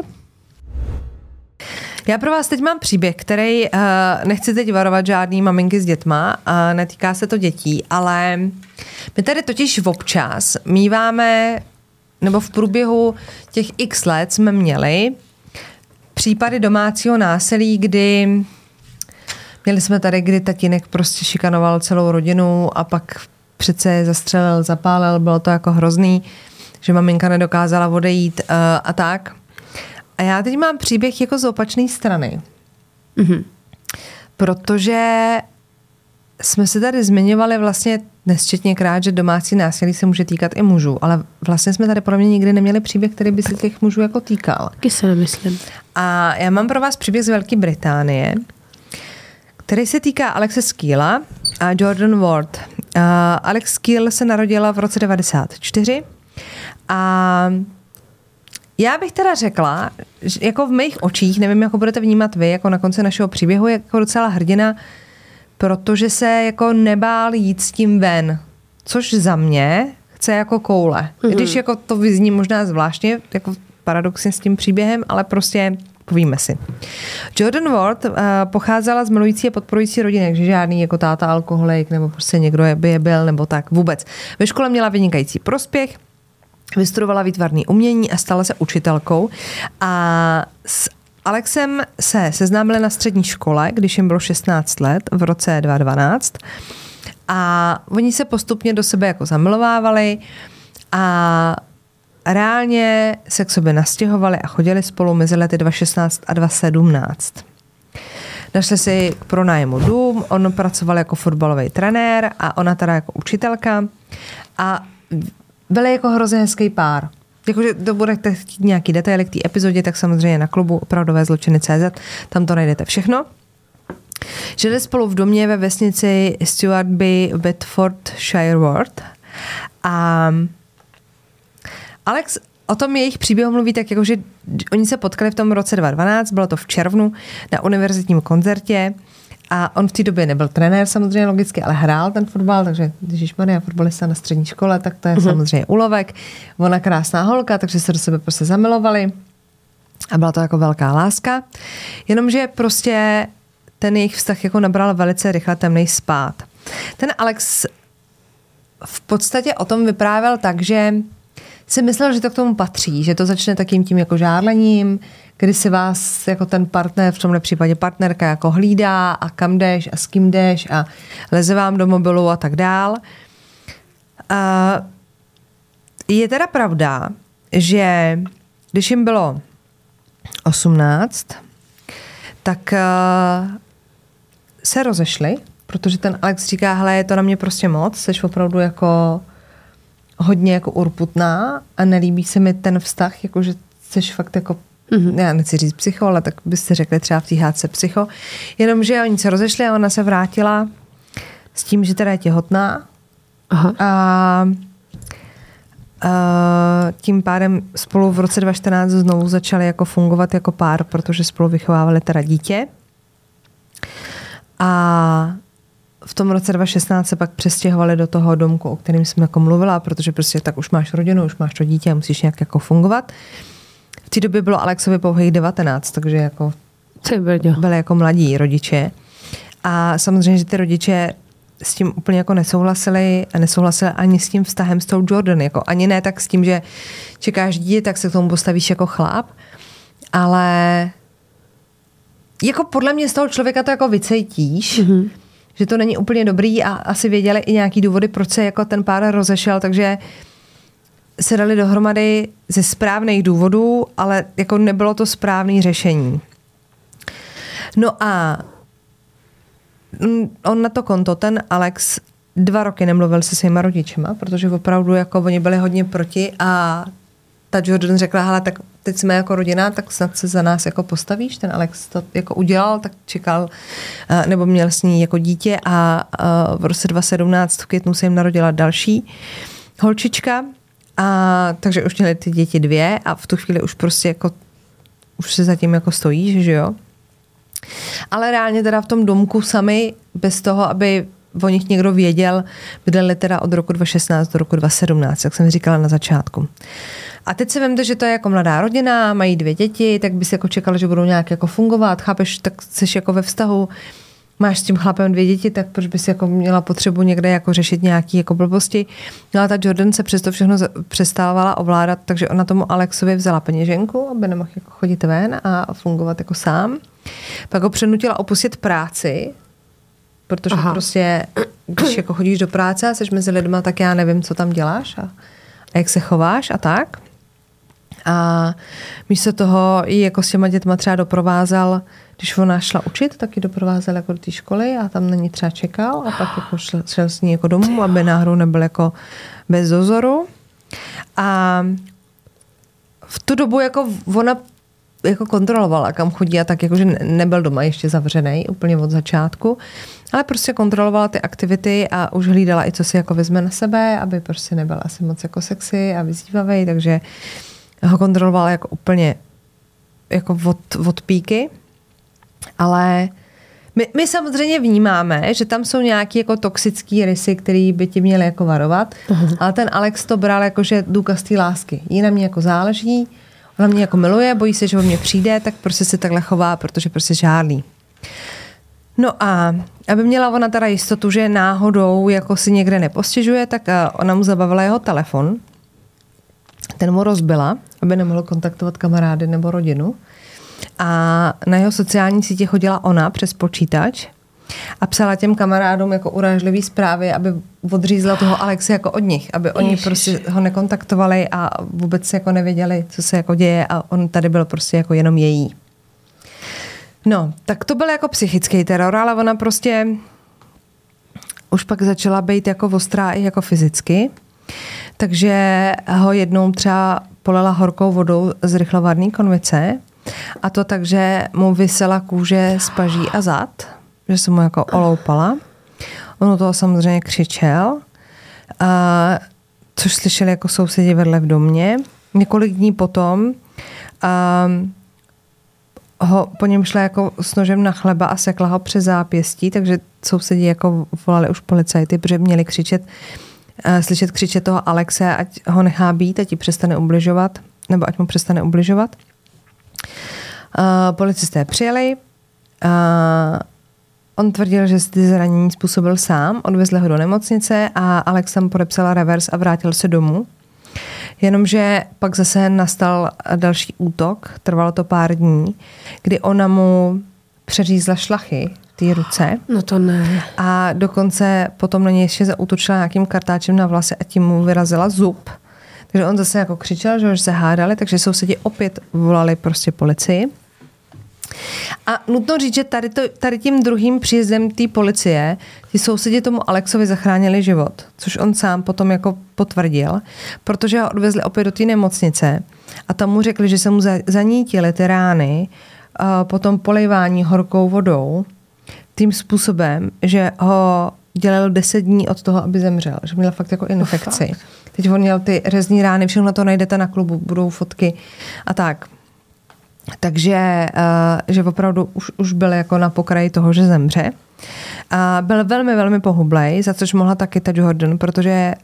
Já pro vás teď mám příběh, který nechci teď varovat žádný maminky s dětma, netýká se to dětí, ale my tady totiž občas míváme, nebo v průběhu těch x let jsme měli případy domácího násilí, kdy měli jsme tady, kdy tatínek prostě šikanoval celou rodinu a pak přece zastřelil, zapálil, bylo to jako hrozný, že maminka nedokázala odejít a tak. A já teď mám příběh jako z opačné strany. Mm-hmm. Protože jsme se tady zmiňovali vlastně nesčetněkrát, že domácí násilí se může týkat i mužů, ale vlastně jsme tady podle mě nikdy neměli příběh, který by se těch mužů jako týkal. Taky se nemyslím. A já mám pro vás příběh z Velké Británie, který se týká Alexe Skeela a Jordan Ward. Alex Skeel se narodila v roce 1994 a já bych teda řekla, že jako v mých očích, nevím, jak budete vnímat vy, jako na konci našeho příběhu, je jako docela hrdina, protože se jako nebál jít s tím ven, což za mě chce jako koule. Když jako to vyzní možná zvláštně, jako paradoxně s tím příběhem, ale prostě povíme si. Jordan Ward pocházela z milující a podporující rodiny, takže žádný jako táta alkoholik nebo prostě někdo by je byl nebo tak vůbec. Ve škole měla vynikající prospěch, vystudovala výtvarné umění a stala se učitelkou a s Alexem se seznámili na střední škole, když jim bylo 16 let v roce 2012 a oni se postupně do sebe jako zamilovávali a reálně se k sobě nastěhovali a chodili spolu mezi lety 2016 a 2017. Našli si k pronájmu dům, on pracoval jako fotbalový trenér a ona teda jako učitelka a byli jako hrozně hezký pár. Jakože to budete chtít nějaký detaily k té epizodě, tak samozřejmě na klubu Opravdové zločiny.cz, tam to najdete všechno. Žili spolu v domě ve vesnici Stuartby, Bedfordshire Ward a Alex o tom jejich příběhu mluví tak, jako, že oni se potkali v tom roce 2012, bylo to v červnu na univerzitním koncertě A on v té době nebyl trenér samozřejmě logicky, ale hrál ten fotbal, takže ježišmarja, fotbalista na střední škole, tak to je samozřejmě úlovek. Ona krásná holka, takže se do sebe prostě zamilovali. A byla to jako velká láska. Jenomže prostě ten jejich vztah jako nabral velice rychle temnej spád. Ten Alex v podstatě o tom vyprávěl tak, že si myslel, že to k tomu patří, že to začne takým tím jako žárlením, kdy si vás jako ten partner, v tomhle případě partnerka, jako hlídá a kam jdeš a s kým jdeš a leze vám do mobilu a tak dál. Je teda pravda, že když jim bylo 18, tak se rozešli, protože ten Alex říká, hele, je to na mě prostě moc, jsi opravdu jako hodně jako urputná a nelíbí se mi ten vztah, jakože jsi fakt jako, já nechci říct psycho, ale tak byste řekli třeba v té hádce psycho, jenomže oni se rozešli a ona se vrátila s tím, že teda je těhotná. Aha. A tím pádem spolu v roce 2014 znovu začali jako fungovat jako pár, protože spolu vychovávali teda dítě. A v tom roce 2016 se pak přestěhovali do toho domku, o kterém jsem jako mluvila, protože prostě tak už máš rodinu, už máš to dítě a musíš nějak jako fungovat. V té době bylo Alexovi pouhých 19, takže jako byli jako mladí rodiče. A samozřejmě, že ty rodiče s tím úplně jako nesouhlasili a nesouhlasili ani s tím vztahem s tou Jordan, jako ani ne tak s tím, že čekáš dítě, tak se k tomu postavíš jako chlap, ale jako podle mě z toho člověka to jako vycejtíš, že to není úplně dobrý a asi věděli i nějaký důvody, proč se jako ten pár rozešel, takže se dali dohromady ze správných důvodů, ale jako nebylo to správné řešení. No a on na to konto, ten Alex 2 roky nemluvil se svýma rodičema, protože opravdu jako oni byli hodně proti a ta Jordan řekla, hele, tak teď jsme jako rodina, tak snad se za nás jako postavíš. Ten Alex to jako udělal, tak čekal, nebo měl s ní jako dítě a v roce 2017 v květnu se jim narodila další holčička, a takže už měli ty děti 2 a v tu chvíli už prostě jako už se zatím jako stojí, že jo. Ale reálně teda v tom domku sami, bez toho, aby o nich někdo věděl, bydleli teda od roku 2016 do roku 2017, jak jsem říkala na začátku. A teď si vemte, že to je jako mladá rodina, mají 2 děti, tak bys jako čekala, že budou nějak jako fungovat, chápeš, tak jsi jako ve vztahu, máš s tím chlapem 2 děti, tak proč bys jako měla potřebu někde jako řešit nějaký jako blbosti. No a ta Jordan se přesto všechno přestávala ovládat, takže ona tomu Alexovi vzala peněženku, aby nemohl jako chodit ven a fungovat jako sám. Pak ho přenutila opustit práci, protože prostě, když jako chodíš do práce a jsi mezi lidma, tak já nevím, co tam děláš a jak se chováš a tak. A místo toho i jako s těma dětma třeba doprovázel, když ona šla učit, tak ji doprovázel jako do té školy a tam na ní třeba čekal a pak jako šel s ní jako domů, aby náhodou nebyl jako bez dozoru. A v tu dobu jako ona jako kontrolovala, kam chodí a tak jakože nebyl doma ještě zavřený úplně od začátku, ale prostě kontrolovala ty aktivity a už hlídala i co si jako vezme na sebe, aby prostě nebyl asi moc jako sexy a vyzývavý, takže ho kontrolovala jako úplně jako od píky. Ale my samozřejmě vnímáme, že tam jsou nějaké jako toxické rysy, které by ti měly jako varovat, ale ten Alex to bral jako, že důkaz té lásky. Jí na mě jako záleží, ona mě jako miluje, bojí se, že o mě přijde, tak prostě se takhle chová, protože prostě žádný. No a aby měla ona teda jistotu, že náhodou jako si někde nepostěžuje, tak ona mu zabavila jeho telefon. Ten mu rozbila, aby nemohl kontaktovat kamarády nebo rodinu. A na jeho sociální sítě chodila ona přes počítač a psala těm kamarádům jako urážlivý zprávy, aby odřízla toho Alexe jako od nich, aby oni prostě ho nekontaktovali a vůbec jako nevěděli, co se jako děje a on tady byl prostě jako jenom její. No, tak to byl jako psychický teror, ale ona prostě už pak začala být jako ostrá i jako fyzicky. Takže ho jednou třeba polila horkou vodou z rychlovarné konvice a to tak, že mu visela kůže z paží a zad, že se mu jako oloupala. On toho samozřejmě křičel, což slyšeli jako sousedi vedle v domě. Několik dní potom po něm šla jako s nožem na chleba a sekla ho přes zápěstí, takže sousedí jako volali už policajty, protože měli slyšet křičet toho Alexe, ať ho nechá být, ať přestane ubližovat, nebo ať mu přestane ubližovat. Policisté přijeli, on tvrdil, že ty zranění způsobil sám, odvezli ho do nemocnice a Alex tam podepsal revers a vrátil se domů. Jenomže pak zase nastal další útok, trvalo to pár dní, kdy ona mu přeřízla šlachy v té ruce. No to ne. A dokonce potom na něj ještě zaútočila nějakým kartáčem na vlasy a tím mu vyrazila zub. Takže on zase jako křičel, že se hádali, takže sousedi opět volali prostě policii. A nutno říct, že tady tím druhým příjezdem té policie ti sousedi tomu Alexovi zachránili život, což on sám potom jako potvrdil, protože ho odvezli opět do té nemocnice a tam mu řekli, že se mu zanítily ty rány po tom polejvání horkou vodou tím způsobem, že ho dělal 10 dní od toho, aby zemřel, že měl fakt jako infekci. Teď on měl ty řezní rány, všechno na to najdete na klubu, budou fotky a tak. Takže že opravdu už byl jako na pokraji toho, že zemře. A byl velmi, velmi pohublej, za což mohla taky ta Jordan, protože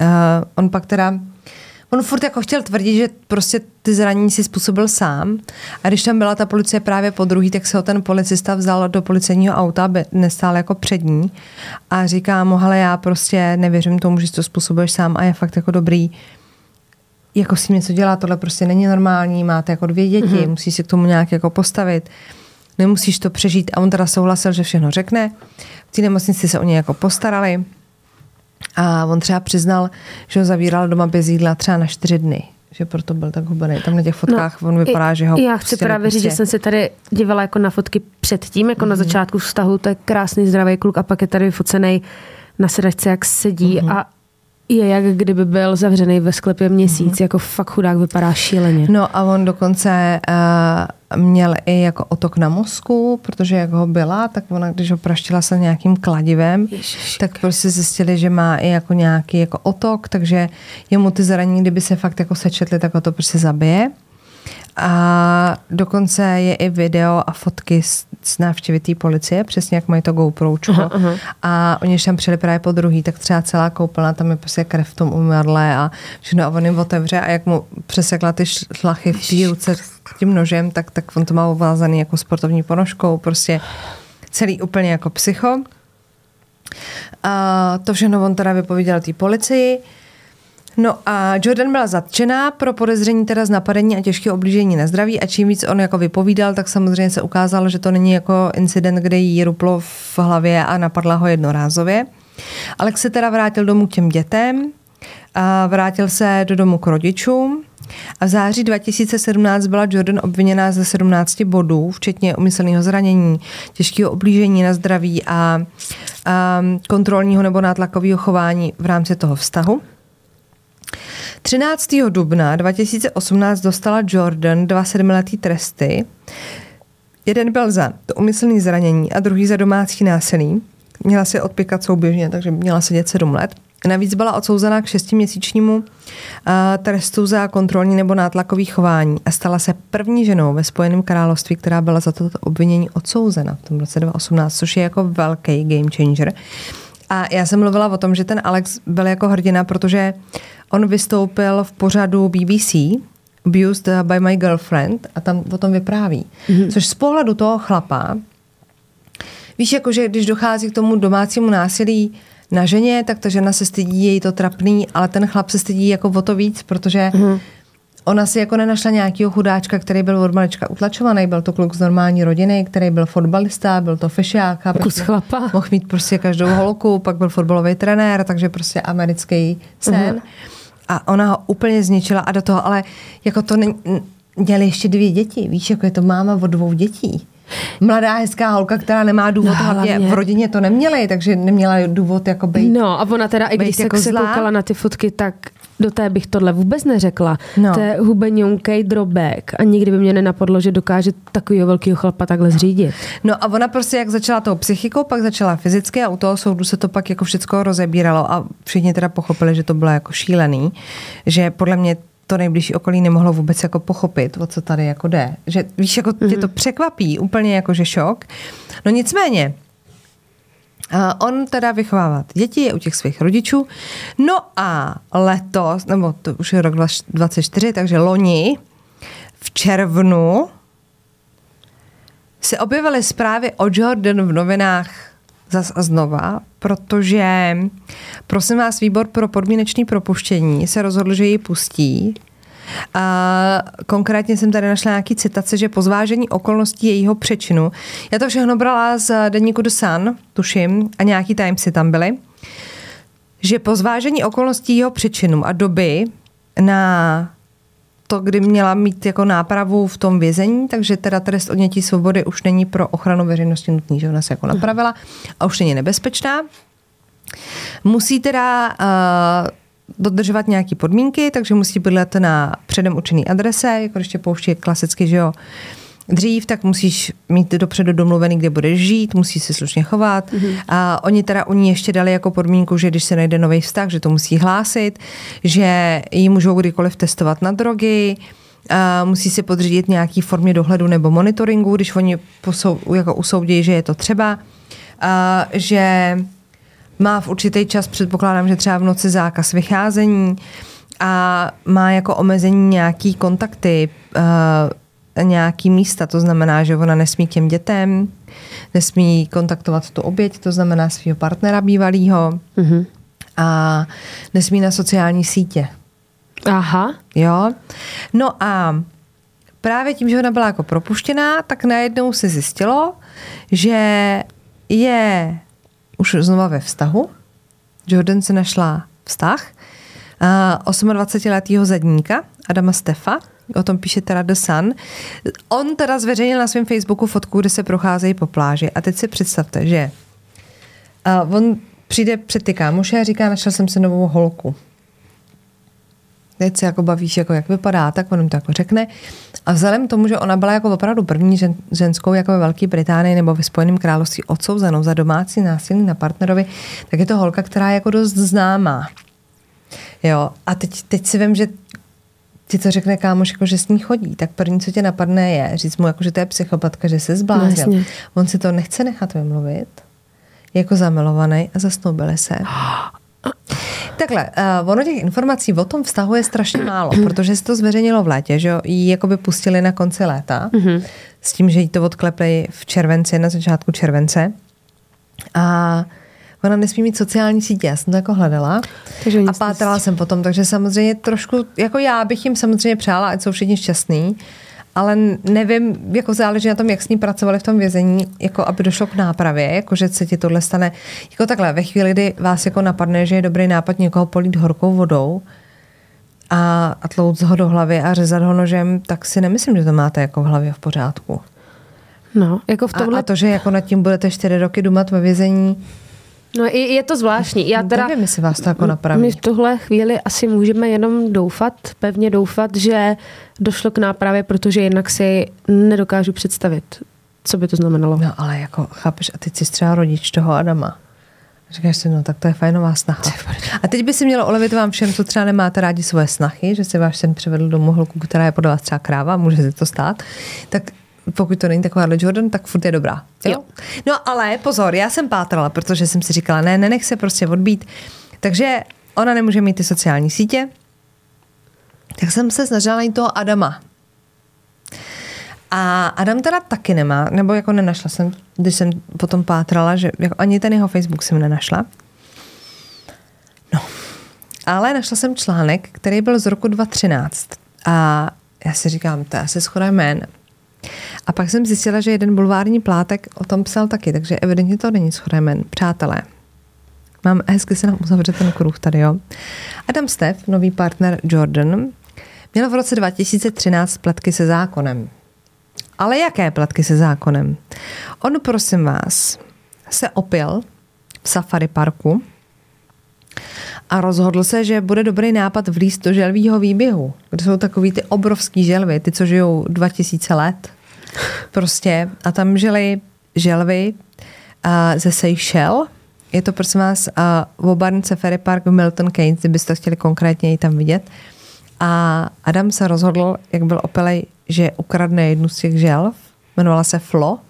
on furt jako chtěl tvrdit, že prostě ty zranění si způsobil sám. A když tam byla ta policie právě po druhý, tak se ho ten policista vzal do policejního auta, aby nestál jako před ní. A říká mu, hele, já prostě nevěřím tomu, že to způsobuješ sám a je fakt jako dobrý jako s tím něco dělá, tohle prostě není normální, máte jako 2 děti, musíš si k tomu nějak jako postavit, nemusíš to přežít. A on teda souhlasil, že všechno řekne. V té nemocnici se o něj jako postarali a on třeba přiznal, že ho zavíral doma bez jídla třeba na 4 dny, že proto byl tak hubený. Tam na těch fotkách on vypadá, že ho... Já chci právě říct, že jsem se tady dívala jako na fotky předtím, jako na začátku vztahu, to je krásný zdravý kluk a pak je tady vyfocenej na sedačce, jak sedí a je jak kdyby byl zavřený ve sklepě měsíc, jako fakt chudák, vypadá šíleně. No a on dokonce měl i jako otok na mozku, protože jak ho byla, tak ona, když ho praštila se nějakým kladivem, tak prostě zjistili, že má i jako nějaký jako otok, takže jemu ty zranění, kdyby se fakt jako sečetly, tak ho to prostě zabije. A dokonce je i video a fotky z návštěvy té policie, přesně jak mají to GoPročko. A oni, když tam přijeli právě po druhý, tak třeba celá koupelna, tam je prostě krev v tom umyvadle a všechno, a on jim otevře a jak mu přesekla ty šlachy v té ruce tím nožem, tak on to má ovázaný jako sportovní ponožkou, prostě celý úplně jako psycho. A to všechno on teda vypověděl té policii. No a Jordan byla zatčená pro podezření teda z napadení a těžkého ublížení na zdraví a čím víc on jako vypovídal, tak samozřejmě se ukázalo, že to není jako incident, kde jí ruplo v hlavě a napadla ho jednorázově. Alex se teda vrátil domů k těm dětem, a vrátil se do domu k rodičům a v září 2017 byla Jordan obviněná ze 17 bodů, včetně úmyslného zranění, těžkého ublížení na zdraví a kontrolního nebo nátlakového chování v rámci toho vztahu. 13. dubna 2018 dostala Jordan 2 7letý tresty. Jeden byl za to úmyslné zranění a druhý za domácí násilí. Měla se odpěkat souběžně, takže měla sedět 7 let. Navíc byla odsouzená k 6měsíčnímu trestu za kontrolní nebo nátlakový chování a stala se první ženou ve Spojeném království, která byla za toto obvinění odsouzena v tom roce 2018, což je jako velký game changer. A já jsem mluvila o tom, že ten Alex byl jako hrdina, protože on vystoupil v pořadu BBC Abused by my girlfriend a tam o tom vypráví. Což z pohledu toho chlapa, víš, jakože když dochází k tomu domácímu násilí na ženě, tak ta žena se stydí, je jí to trapný, ale ten chlap se stydí jako o to víc, protože ona si jako nenašla nějakýho chudáčka, který byl od malička utlačovaný, byl to kluk z normální rodiny, který byl fotbalista, byl to fešák, mohl mít prostě každou holku, pak byl fotbalový trenér, takže prostě americký sen. A ona ho úplně zničila a do toho, ale jako to měli ještě 2 děti, víš, jako je to máma od 2 dětí. Mladá, hezká holka, která nemá důvod, hlavně v rodině to neměli, takže neměla důvod jako být. No a ona teda, i když jako se koukala na ty fotky, tak do té bych tohle vůbec neřekla. No. To je hubeňonkej drobek a nikdy by mě nenapadlo, že dokáže takovýho velkýho chlapa takhle zřídit. No a ona prostě jak začala tou psychikou, pak začala fyzicky a u toho soudu se to pak jako všecko rozebíralo a všichni teda pochopili, že to bylo jako šílený, že podle mě to nejbližší okolí nemohlo vůbec jako pochopit, o co tady jako jde. Že víš, jako tě to překvapí, úplně jako že šok. No nicméně, on teda vychovává děti, je u těch svých rodičů. No a letos, nebo to už je rok 2024, takže loni v červnu se objevily zprávy o Jordan v novinách zas a znova, protože, prosím vás, výbor pro podmínečné propuštění se rozhodl, že ji pustí. A konkrétně jsem tady našla nějaký citace, že po zvážení okolností jejího přečinu. Já to všechno brala z deníku The Sun, tuším, a nějaký Timesy tam byly. Že po zvážení okolností jeho přečinu a doby na to, kdy měla mít jako nápravu v tom vězení, takže teda trest odnětí svobody už není pro ochranu veřejnosti nutný, že ona se jako napravila a už není nebezpečná. Musí teda dodržovat nějaké podmínky, takže musí bydlet na předem určený adrese, jako když tě pouští klasicky, že jo, dřív, tak musíš mít dopředu domluvený, kde budeš žít, musíš se slušně chovat. A oni teda u ní ještě dali jako podmínku, že když se najde nový vztah, že to musí hlásit, že ji můžou kdykoliv testovat na drogy, a musí se podřídit nějaký formě dohledu nebo monitoringu, když oni jako usoudí, že je to třeba, a že má v určitý čas, předpokládám, že třeba v noci zákaz vycházení a má jako omezení nějaký kontakty, nějaký místa, to znamená, že ona nesmí k těm dětem, nesmí kontaktovat tu oběť, to znamená svého partnera bývalýho a nesmí na sociální sítě. Aha. Jo. No a právě tím, že ona byla jako propuštěná, tak najednou se zjistilo, že je už znova ve vztahu. Jordan se našla vztah 28letého zadníka Adama Stefa, o tom píše teda The Sun. On teda zveřejnil na svém Facebooku fotku, kde se procházejí po pláži a teď si představte, že on přijde před ty kámoše a říká, našel jsem si novou holku. Teď se jako bavíš, jako jak vypadá, tak on jim to jako řekne. A vzhledem tomu, že ona byla jako opravdu první ženskou jako ve Velké Británii nebo ve Spojeném království odsouzenou za domácí násilí na partnerovi, tak je to holka, která je jako dost známá. Jo, a teď si vím, že ti to řekne kámoš, jako, že s ní chodí, tak první, co tě napadne, je říct mu, jako, že to je psychopatka, že se zbláznil. No, on si to nechce nechat vymluvit, je jako zamilovaný a zasnoubili se. Takhle, ono těch informací o tom vztahu je strašně málo, protože se to zveřejnilo v létě, že ji jakoby pustili na konci léta, s tím, že jí to odklepli v červenci, na začátku července. A ona nesmí mít sociální sítě, já jsem to jako hledala a pátrala jsem potom, takže samozřejmě trošku, jako já bych jim samozřejmě přála, ať jsou všichni šťastný, ale nevím, jako záleží na tom, jak s ní pracovali v tom vězení, jako aby došlo k nápravě, jako že se ti tohle stane, jako takhle, ve chvíli, kdy vás jako napadne, že je dobrý nápad někoho polít horkou vodou a tlouct ho do hlavy a řezat ho nožem, tak si nemyslím, že to máte jako v hlavě v pořádku. No, jako v tomhle... A to, že jako nad tím budete 4 roky dumat ve vězení, no je to zvláštní. Já teda, nevím, jestli vás to jako napraví. My v tuhle chvíli asi můžeme jenom pevně doufat, že došlo k nápravě, protože jinak si nedokážu představit, co by to znamenalo. No ale jako, chápeš, a teď jsi třeba rodič toho Adama. Říkáš si, no tak to je fajnová snaha. A teď by si mělo ulevit vám všem, co třeba nemáte rádi svoje snachy, že si váš syn přivedl domů holku, která je podle vás třeba kráva, může se to stát, tak pokud to není takováhle Jordan, tak furt je dobrá. Jo? No ale pozor, já jsem pátrala, protože jsem si říkala, nenech se prostě odbít. Takže ona nemůže mít ty sociální sítě, tak jsem se snažila najít toho Adama. A Adam teda taky nemá, nebo jako nenašla jsem, když jsem potom pátrala, že jako ani ten jeho Facebook jsem nenašla. No, ale našla jsem článek, který byl z roku 2013 a já si říkám, to je asi shoda jmén. A pak jsem zjistila, že jeden bulvární plátek o tom psal taky, takže evidentně to není shoda jmén. Přátelé, hezky se nám uzavře ten kruh tady, jo. Adam Steff, nový partner Jordan, měl v roce 2013 pletky se zákonem. Ale jaké pletky se zákonem? On, prosím vás, se opil v safari parku a rozhodl se, že bude dobrý nápad vlízt do želvího výběhu, kde jsou takový ty obrovský želvy, ty, co žijou 2000 let. Prostě. A tam žili želvy ze Seychelles. Je to, prosím vás, Woburn Safari Park v Milton Keynes, kdybyste to chtěli konkrétně i tam vidět. A Adam se rozhodl, jak byl opilej, že ukradne jednu z těch želv. Jmenovala se Flo.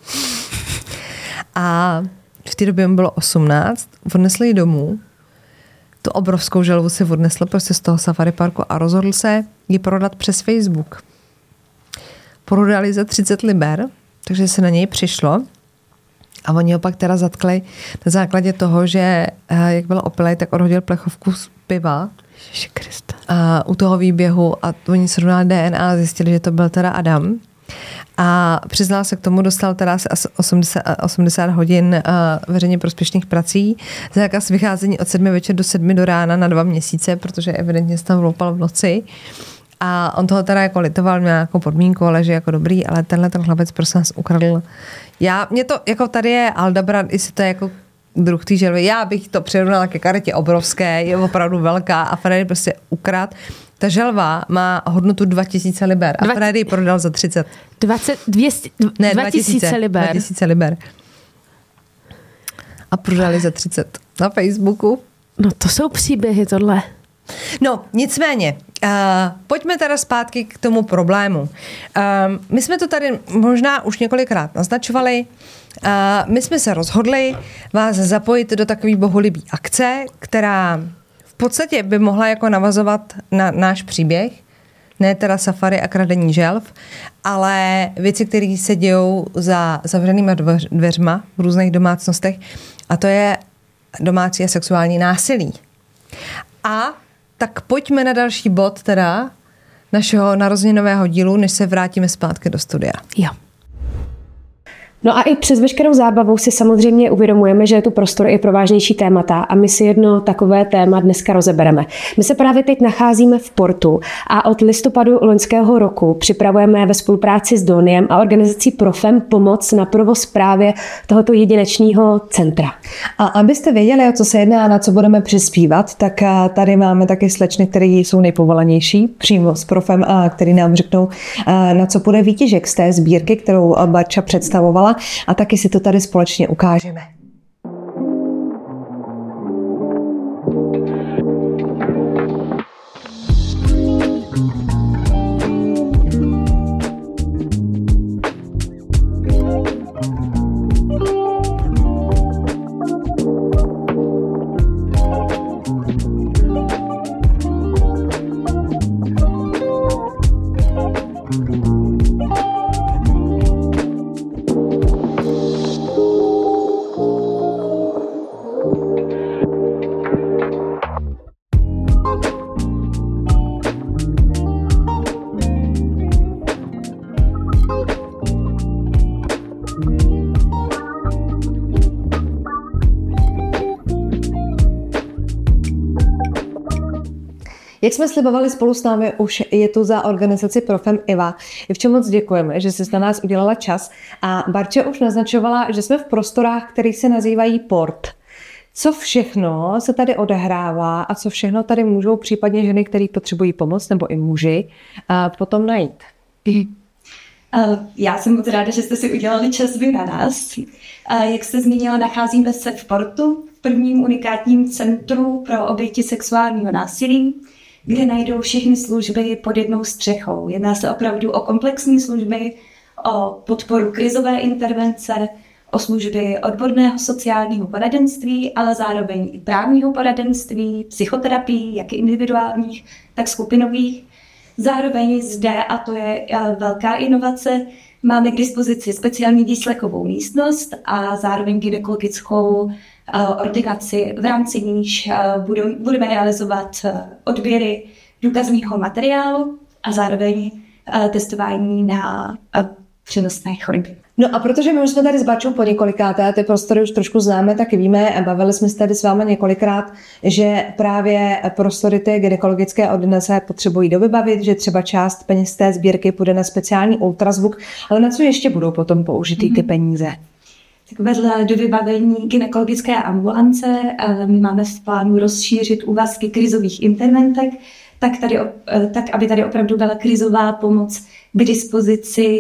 A v té době mu bylo 18. Odnesl ji domů. Tu obrovskou želvu si odnesl prostě z toho safari parku a rozhodl se ji prodat přes Facebook. Prodali za 30 liber, takže se na něj přišlo. A oni ho pak teda zatkli na základě toho, že jak byl opilej, tak odhodil plechovku z piva a u toho výběhu a oni srovnali DNA a zjistili, že to byl teda Adam. A přiznal se k tomu, dostal teda asi 80 hodin veřejně prospěšných prací, zákaz vycházení od 7 večer do 7 do rána na 2 měsíce, protože evidentně se tam vloupal v noci. A on toho teda jako litoval, měl nějakou podmínku, ale že jako dobrý, ale ten chlapec prostě nás ukradl. Mě to, jako tady je Aldabra, jestli to je jako druh té želvy, já bych to přirovnala ke karetě obrovské, je opravdu velká a Freddy prostě ukrad. Ta želva má hodnotu 2000 liber a Freddy ji prodal za 30. 2000 liber. 2000 liber. A prodali za 30 na Facebooku. No to jsou příběhy tohle. No, nicméně, pojďme teda zpátky k tomu problému. My jsme to tady možná už několikrát naznačovali. My jsme se rozhodli vás zapojit do takové bohulibý akce, která v podstatě by mohla jako navazovat na náš příběh. Ne teda safari a kradení želv, ale věci, které se dějou za zavřenýma dveřma v různých domácnostech. A to je domácí a sexuální násilí. A tak pojďme na další bod teda našeho narozeninového dílu, než se vrátíme zpátky do studia. Jo. No a i přes veškerou zábavu si samozřejmě uvědomujeme, že je tu prostor i pro vážnější témata a my si jedno takové téma dneska rozebereme. My se právě teď nacházíme v Portu a od listopadu loňského roku připravujeme ve spolupráci s Doniem a organizací Profem pomoc na provoz právě tohoto jedinečného centra. A abyste věděli, o co se jedná a na co budeme přispívat, tak tady máme taky slečny, které jsou nejpovolanější přímo s Profem a který nám řeknou, na co půjde výtěžek z té sbírky, kterou Barča představovala. A taky si to tady společně ukážeme. Jak jsme slibovali, spolu s námi už je tu za organizaci Profem Iva. V čem moc děkujeme, že jsi na nás udělala čas. A Barča už naznačovala, že jsme v prostorách, které se nazývají Port. Co všechno se tady odehrává a co všechno tady můžou případně ženy, které potřebují pomoc, nebo i muži, potom najít? Já jsem moc ráda, že jste si udělali čas vy na nás. Jak jste zmínila, nacházíme se v Portu, v prvním unikátním centru pro oběti sexuálního násilí, kde najdou všechny služby pod jednou střechou. Jedná se opravdu o komplexní služby, o podporu krizové intervence, o služby odborného sociálního poradenství, ale zároveň i právního poradenství, psychoterapii, jak individuálních, tak skupinových. Zároveň zde, a to je velká inovace, máme k dispozici speciální výslechovou místnost a zároveň gynekologickou ordinaci, v rámci níž budeme realizovat odběry důkazního materiálu a zároveň testování na přenosné choroby. No a protože my už jsme tady s Barčou po několikáté, ty prostory už trošku známe, tak víme, bavili jsme se tady s vámi několikrát, že právě prostory té gynekologické ordinace potřebují dovybavit, že třeba část peněz té sbírky půjde na speciální ultrazvuk, ale na co ještě budou potom použitý ty peníze? Tak vedle dovybavení gynekologické ambulance my máme v plánu rozšířit úvazky krizových interventek, tak aby tady opravdu byla krizová pomoc k dispozici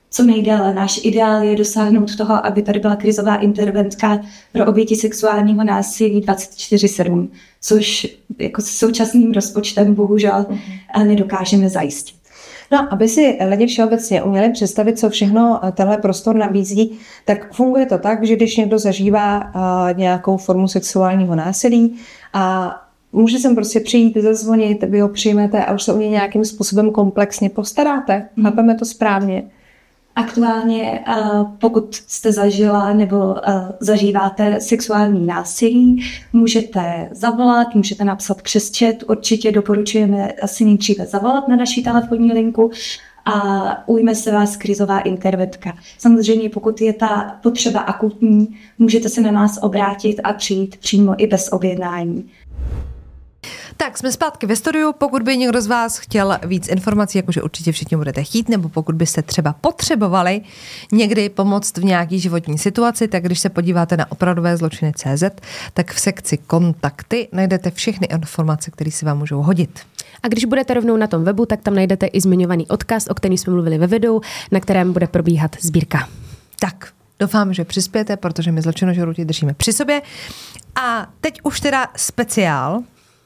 co nejdéle. Náš ideál je dosáhnout toho, aby tady byla krizová interventka pro oběti sexuálního násilí 24/7, což jako s současným rozpočtem bohužel nedokážeme zajistit. No, aby si lidi všeobecně uměli představit, co všechno tenhle prostor nabízí, tak funguje to tak, že když někdo zažívá nějakou formu sexuálního násilí a může sem prostě přijít, zazvonit, vy ho přijmete a už se o něj nějakým způsobem komplexně postaráte. Chápeme to správně? Aktuálně, pokud jste zažila nebo zažíváte sexuální násilí, můžete zavolat, můžete napsat přes chat. Určitě doporučujeme asi nejdříve zavolat na naši telefonní linku a ujme se vás krizová interventka. Samozřejmě, pokud je ta potřeba akutní, můžete se na nás obrátit a přijít přímo i bez objednání. Tak, jsme zpátky ve studiu. Pokud by někdo z vás chtěl víc informací, jakože určitě všichni budete chtít, nebo pokud byste třeba potřebovali někdy pomoct v nějaký životní situaci, tak když se podíváte na opravdovezločiny.cz, tak v sekci kontakty najdete všechny informace, které si vám můžou hodit. A když budete rovnou na tom webu, tak tam najdete i zmiňovaný odkaz, o kterém jsme mluvili ve videu, na kterém bude probíhat sbírka. Tak, doufám, že přispějete, protože my zločinožrouti držíme při sobě. A teď už teda speciál.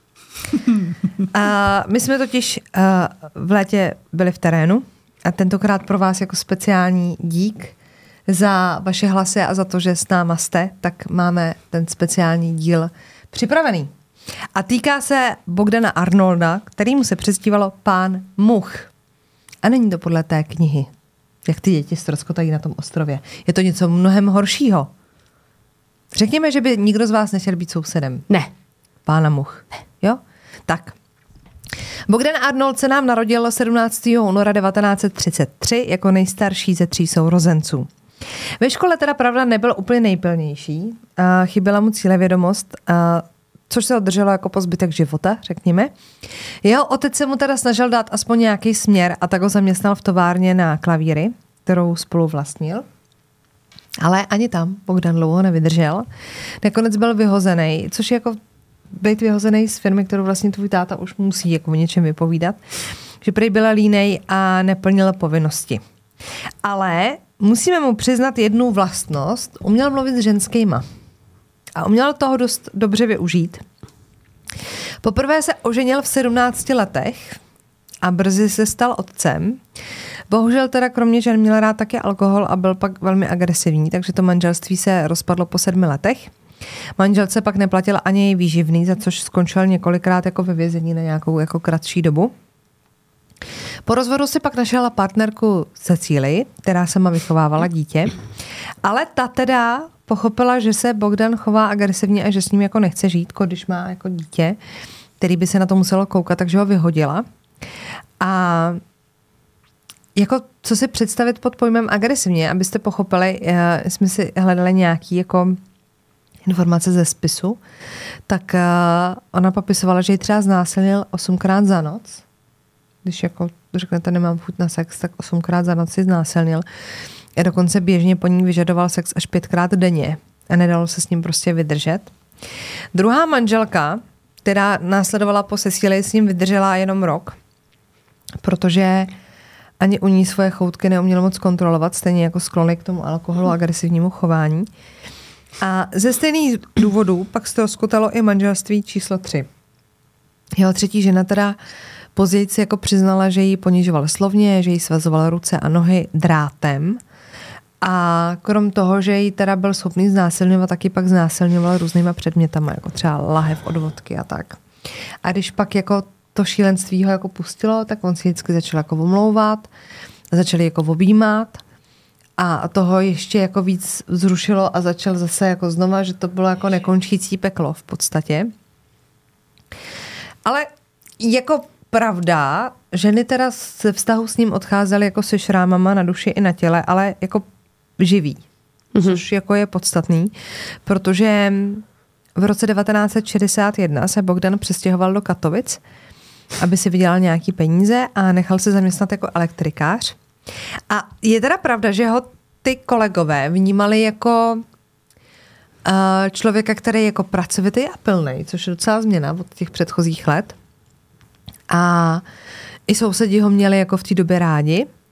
My jsme totiž v létě byli v terénu a tentokrát pro vás jako speciální dík za vaše hlasy a za to, že s náma jste, tak máme ten speciální díl připravený. A týká se Bogdana Arnolda, kterýmu se přezdívalo Pán Much. A není to podle té knihy, jak ty děti ztroskotají na tom ostrově. Je to něco mnohem horšího. Řekněme, že by nikdo z vás nechtěl být sousedem. Ne. Pána Much. Ne. Jo? Tak. Bogdan Arnold se nám narodil 17. února 1933 jako nejstarší ze 3 sourozenců. Ve škole teda pravda nebyl úplně nejpilnější. Chyběla mu cílevědomost, což se održelo jako po zbytek života, řekněme. Jeho otec se mu teda snažil dát aspoň nějaký směr a tak ho zaměstnal v továrně na klavíry, kterou spolu vlastnil. Ale ani tam Bogdan dlouho nevydržel. Nakonec byl vyhozený, což je jako být vyhozený z firmy, kterou vlastně tvůj táta už musí jako o něčem vypovídat, že prej byla línej a neplnil povinnosti. Ale musíme mu přiznat jednu vlastnost. Uměl mluvit s ženskýma. A uměl toho dost dobře využít. Poprvé se oženil v 17 letech a brzy se stal otcem. Bohužel teda kromě, že neměl rád taky alkohol a byl pak velmi agresivní, takže to manželství se rozpadlo po 7 letech. Manželce pak neplatila ani její výživný, za což skončil několikrát jako ve vězení na nějakou jako kratší dobu. Po rozvodu si pak našla partnerku Cecílii, která sama vychovávala dítě, ale ta teda pochopila, že se Bogdan chová agresivně a že s ním jako nechce žít, když má jako dítě, který by se na to muselo koukat, takže ho vyhodila. A jako co si představit pod pojmem agresivně, abyste pochopili, jsme si hledali nějaký jako informace ze spisu, tak ona popisovala, že ji třeba znásilnil 8krát za noc. Když jako řeknete, nemám chuť na sex, tak 8krát za noc si znásilnil. A dokonce běžně po ní vyžadoval sex až 5krát denně. A nedalo se s ním prostě vydržet. Druhá manželka, která následovala po Cecílii, s ním vydržela jenom rok, protože ani u ní svoje choutky neuměla moc kontrolovat, stejně jako sklony k tomu alkoholu a agresivnímu chování. A ze stejných důvodů pak z toho skutalo i manželství číslo 3. Jeho třetí žena teda později si jako přiznala, že ji ponižoval slovně, že jí svazoval ruce a nohy drátem. A krom toho, že jí teda byl schopný znásilňovat, taky pak znásilňoval různýma předmětama, jako třeba lahev od vodky a tak. A když pak jako to šílenství ho jako pustilo, tak on si vždycky začal jako omlouvat, začali jako objímat a toho ještě jako víc vzrušilo a začal zase jako znova, že to bylo jako nekončící peklo v podstatě. Ale jako pravda, ženy teda ze vztahu s ním odcházely jako se šrámama na duši i na těle, ale jako živí. Což jako je podstatný, protože v roce 1961 se Bogdan přestěhoval do Katovic, aby si vydělal nějaký peníze a nechal se zaměstnat jako elektrikář. A je teda pravda, že ho ty kolegové vnímali jako člověka, který je jako pracovitý a pilnej, což je docela změna od těch předchozích let. A i sousedi ho měli jako v té době rádi.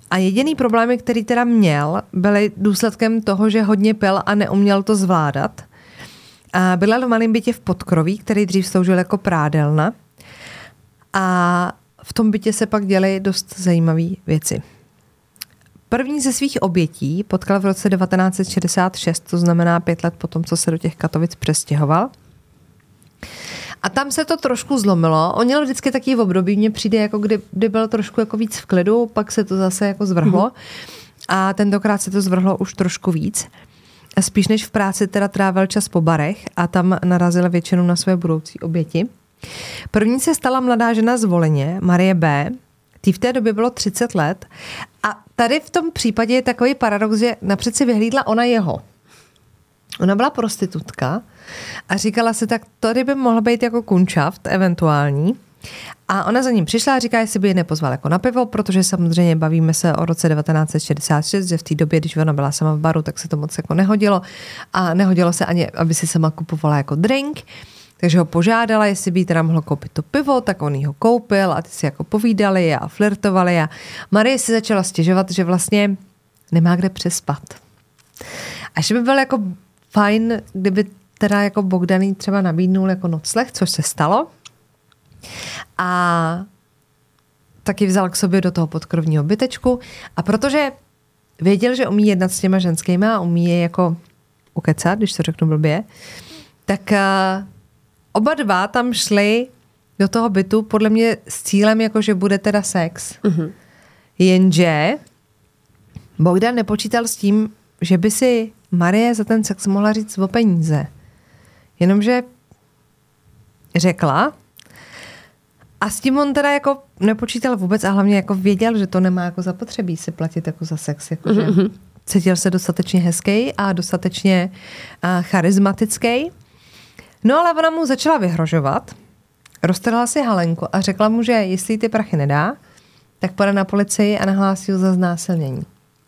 A jediný problémy, který teda měl, byly důsledkem toho, že hodně pil a neuměl to zvládat. A bydlel v malém bytě v podkroví, který dřív sloužil jako prádelna. A v tom bytě se pak děly dost zajímavé věci. První ze svých obětí potkal v roce 1966, to znamená 5 let potom, co se do těch Katovic přestěhoval. A tam se to trošku zlomilo. On měl vždycky taky v období, mně přijde, jako kdy byl trošku jako víc v klidu, pak se to zase jako zvrhlo. A tentokrát se to zvrhlo už trošku víc. A spíš než v práci teda trávil čas po barech a tam narazil většinou na své budoucí oběti. První se stala mladá žena z Volyně, Marie B. Tý v té době bylo 30 let. A tady v tom případě je takový paradox, že napřed si vyhlídla ona jeho. Ona byla prostitutka a říkala si, tak tady by mohl být jako kunšaft eventuální. A ona za ním přišla a říká, jestli by ji nepozval jako na pivo, protože samozřejmě bavíme se o roce 1966, že v té době, když ona byla sama v baru, tak se to moc jako nehodilo. A nehodilo se ani, aby si sama kupovala jako drink. Takže ho požádala, jestli by jí teda mohlo koupit to pivo, tak on jí ho koupil a ty si jako povídali a flirtovali a Marie si začala stěžovat, že vlastně nemá kde přespat. A že by byl jako fajn, kdyby teda jako Bogdan třeba nabídnul jako nocleh, což se stalo. A taky vzal k sobě do toho podkrovního bytečku a protože věděl, že umí jednat s těma ženskýma a umí je jako ukecat, když to řeknu blbě, tak oba dva tam šli do toho bytu podle mě s cílem, jako že bude teda sex. Mm-hmm. Jenže Bogdan nepočítal s tím, že by si Marie za ten sex mohla říct o peníze. Jenomže řekla a s tím on teda jako nepočítal vůbec a hlavně jako věděl, že to nemá jako zapotřebí si platit jako za sex. Jako že cítil se dostatečně hezký a dostatečně charismatický. No ale ona mu začala vyhrožovat, roztrhla si halenku a řekla mu, že jestli ty prachy nedá, tak půjde na policii a nahlásí ho za znásilnění.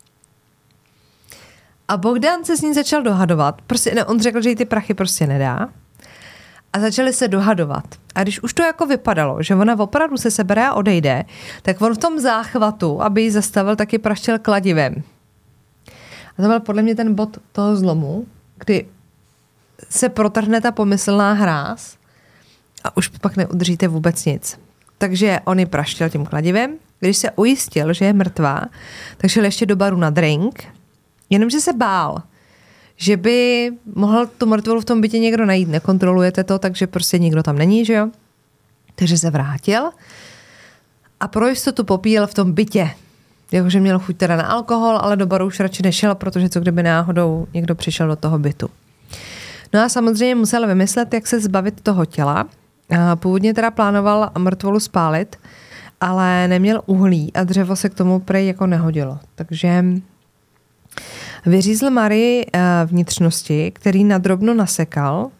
A Bogdan se s ní začal dohadovat. Prostě, ne, on řekl, že jí ty prachy prostě nedá. A začali se dohadovat. A když už to jako vypadalo, že ona opravdu se sebere a odejde, tak on v tom záchvatu, aby ji zastavil, taky praštil kladivem. A to byl podle mě ten bod toho zlomu, kdy se protrhne ta pomyslná hráz a už pak neudržíte vůbec nic. Takže on ji praštil tím kladivem. Když se ujistil, že je mrtvá, tak šel ještě do baru na drink, jenomže se bál, že by mohl tu mrtvolu v tom bytě někdo najít. Nekontrolujete to, takže prostě nikdo tam není, že jo? Takže se vrátil a pro jistotu popíjel v tom bytě. Jakože měl chuť teda na alkohol, ale do baru už radši nešel, protože co kdyby náhodou někdo přišel do toho bytu. No a samozřejmě musel vymyslet, jak se zbavit toho těla. Původně teda plánoval mrtvolu spálit, ale neměl uhlí a dřevo se k tomu prej jako nehodilo. Takže vyřízl Marii vnitřnosti, který nadrobno nasekal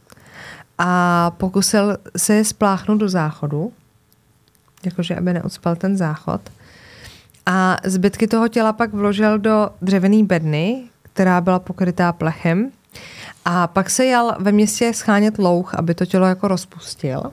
a pokusil se je spláchnout do záchodu, jakože aby neucpal ten záchod. A zbytky toho těla pak vložil do dřevěné bedny, která byla pokrytá plechem. A pak se jel ve městě schánět louh, aby to tělo jako rozpustil.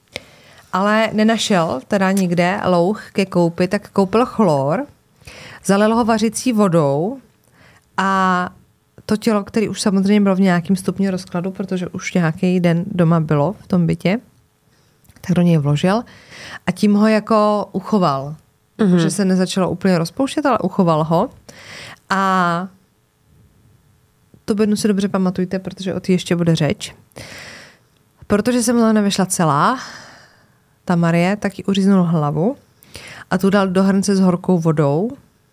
Ale nenašel teda nikde louh ke koupi, tak koupil chlor, zalil ho vařící vodou a to tělo, který už samozřejmě bylo v nějakém stupni rozkladu, protože už nějaký den doma bylo v tom bytě, tak do něj vložil a tím ho jako uchoval. Že se nezačalo úplně rozpouštět, ale uchoval ho. A tu bednu si dobře pamatujte, protože o té ještě bude řeč. Protože se mu nevyšla celá, ta Marie, tak ji uříznul hlavu a tu dal do hrnce s horkou vodou.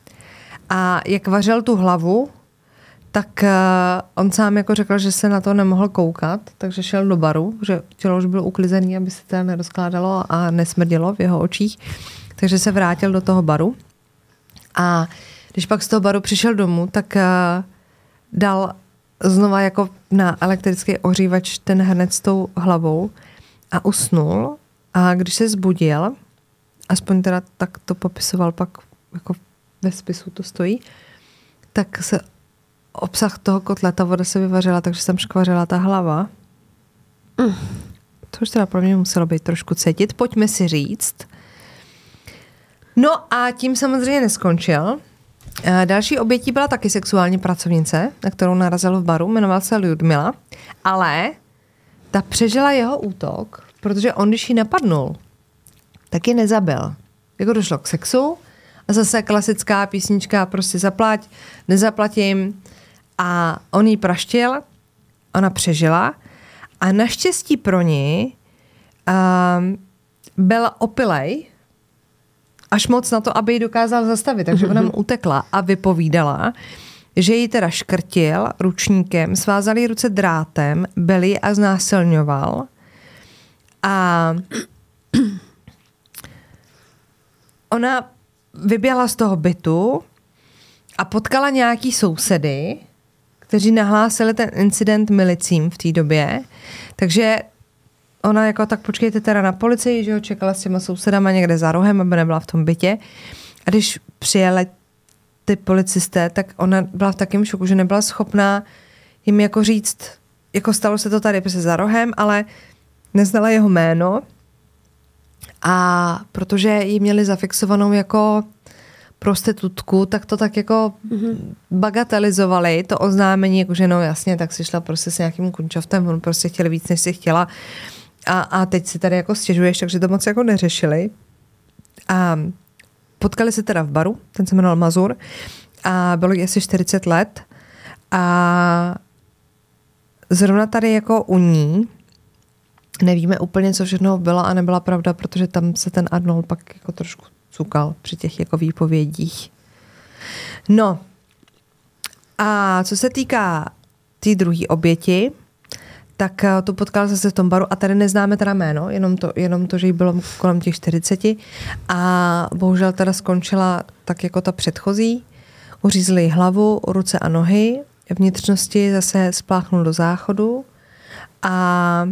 A jak vařil tu hlavu, tak on sám jako řekl, že se na to nemohl koukat, takže šel do baru, že tělo už bylo uklizené, aby se to nerozkládalo a nesmrdilo v jeho očích. Takže se vrátil do toho baru. A když pak z toho baru přišel domů, tak dal znova jako na elektrický ohřívač ten hrnec s tou hlavou a usnul. A když se zbudil, aspoň teda tak to popisoval pak jako ve spisu to stojí, tak se obsah toho kotle, ta voda se vyvařila, takže se tam škvařila ta hlava. To už teda pro mě muselo být trošku cítit. Pojďme si říct. No a tím samozřejmě neskončil, Další obětí byla taky sexuální pracovnice, na kterou narazil v baru, jmenovala se Lyudmila, ale ta přežila jeho útok, protože on, když ji napadnul, tak ji nezabil. Jako došlo k sexu a zase klasická písnička, prostě zaplať, nezaplatím. A on jí praštil, ona přežila a naštěstí pro ní byl opilej až moc na to, aby ji dokázal zastavit. Takže ona mu utekla a vypovídala, že ji teda škrtil ručníkem, svázal jí ruce drátem, byl ji a znásilňoval. A ona vyběhla z toho bytu a potkala nějaký sousedy, kteří nahlásili ten incident milicím v té době. Takže ona jako, tak počkejte teda na policii, že ho čekala s těma sousedama někde za rohem, aby nebyla v tom bytě. A když přijeli ty policisté, tak ona byla v takém šoku, že nebyla schopná jim jako říct, jako stalo se to tady prostě za rohem, ale neznala jeho jméno. A protože ji měli zafixovanou jako prostitutku, tak to tak jako bagatelizovali, to oznámení, jakože no jasně, tak si šla prostě s nějakým kunčoftem, on prostě chtěl víc, než si chtěla. A teď si tady jako stěžuješ, takže to moc jako neřešili. A potkali se teda v baru, ten se jmenoval Mazur, a bylo jí asi 40 let. A zrovna tady jako u ní nevíme úplně, co všechno byla a nebyla pravda, protože tam se ten Arnold pak jako trošku cukal při těch jako výpovědích. No a co se týká té druhé oběti, tak tu potkala se v tom baru a tady neznáme teda jméno, jenom to, že jí bylo kolem těch 40 a bohužel teda skončila tak jako ta předchozí. Uřízli jí hlavu, ruce a nohy, vnitřnosti zase spláchnul do záchodu a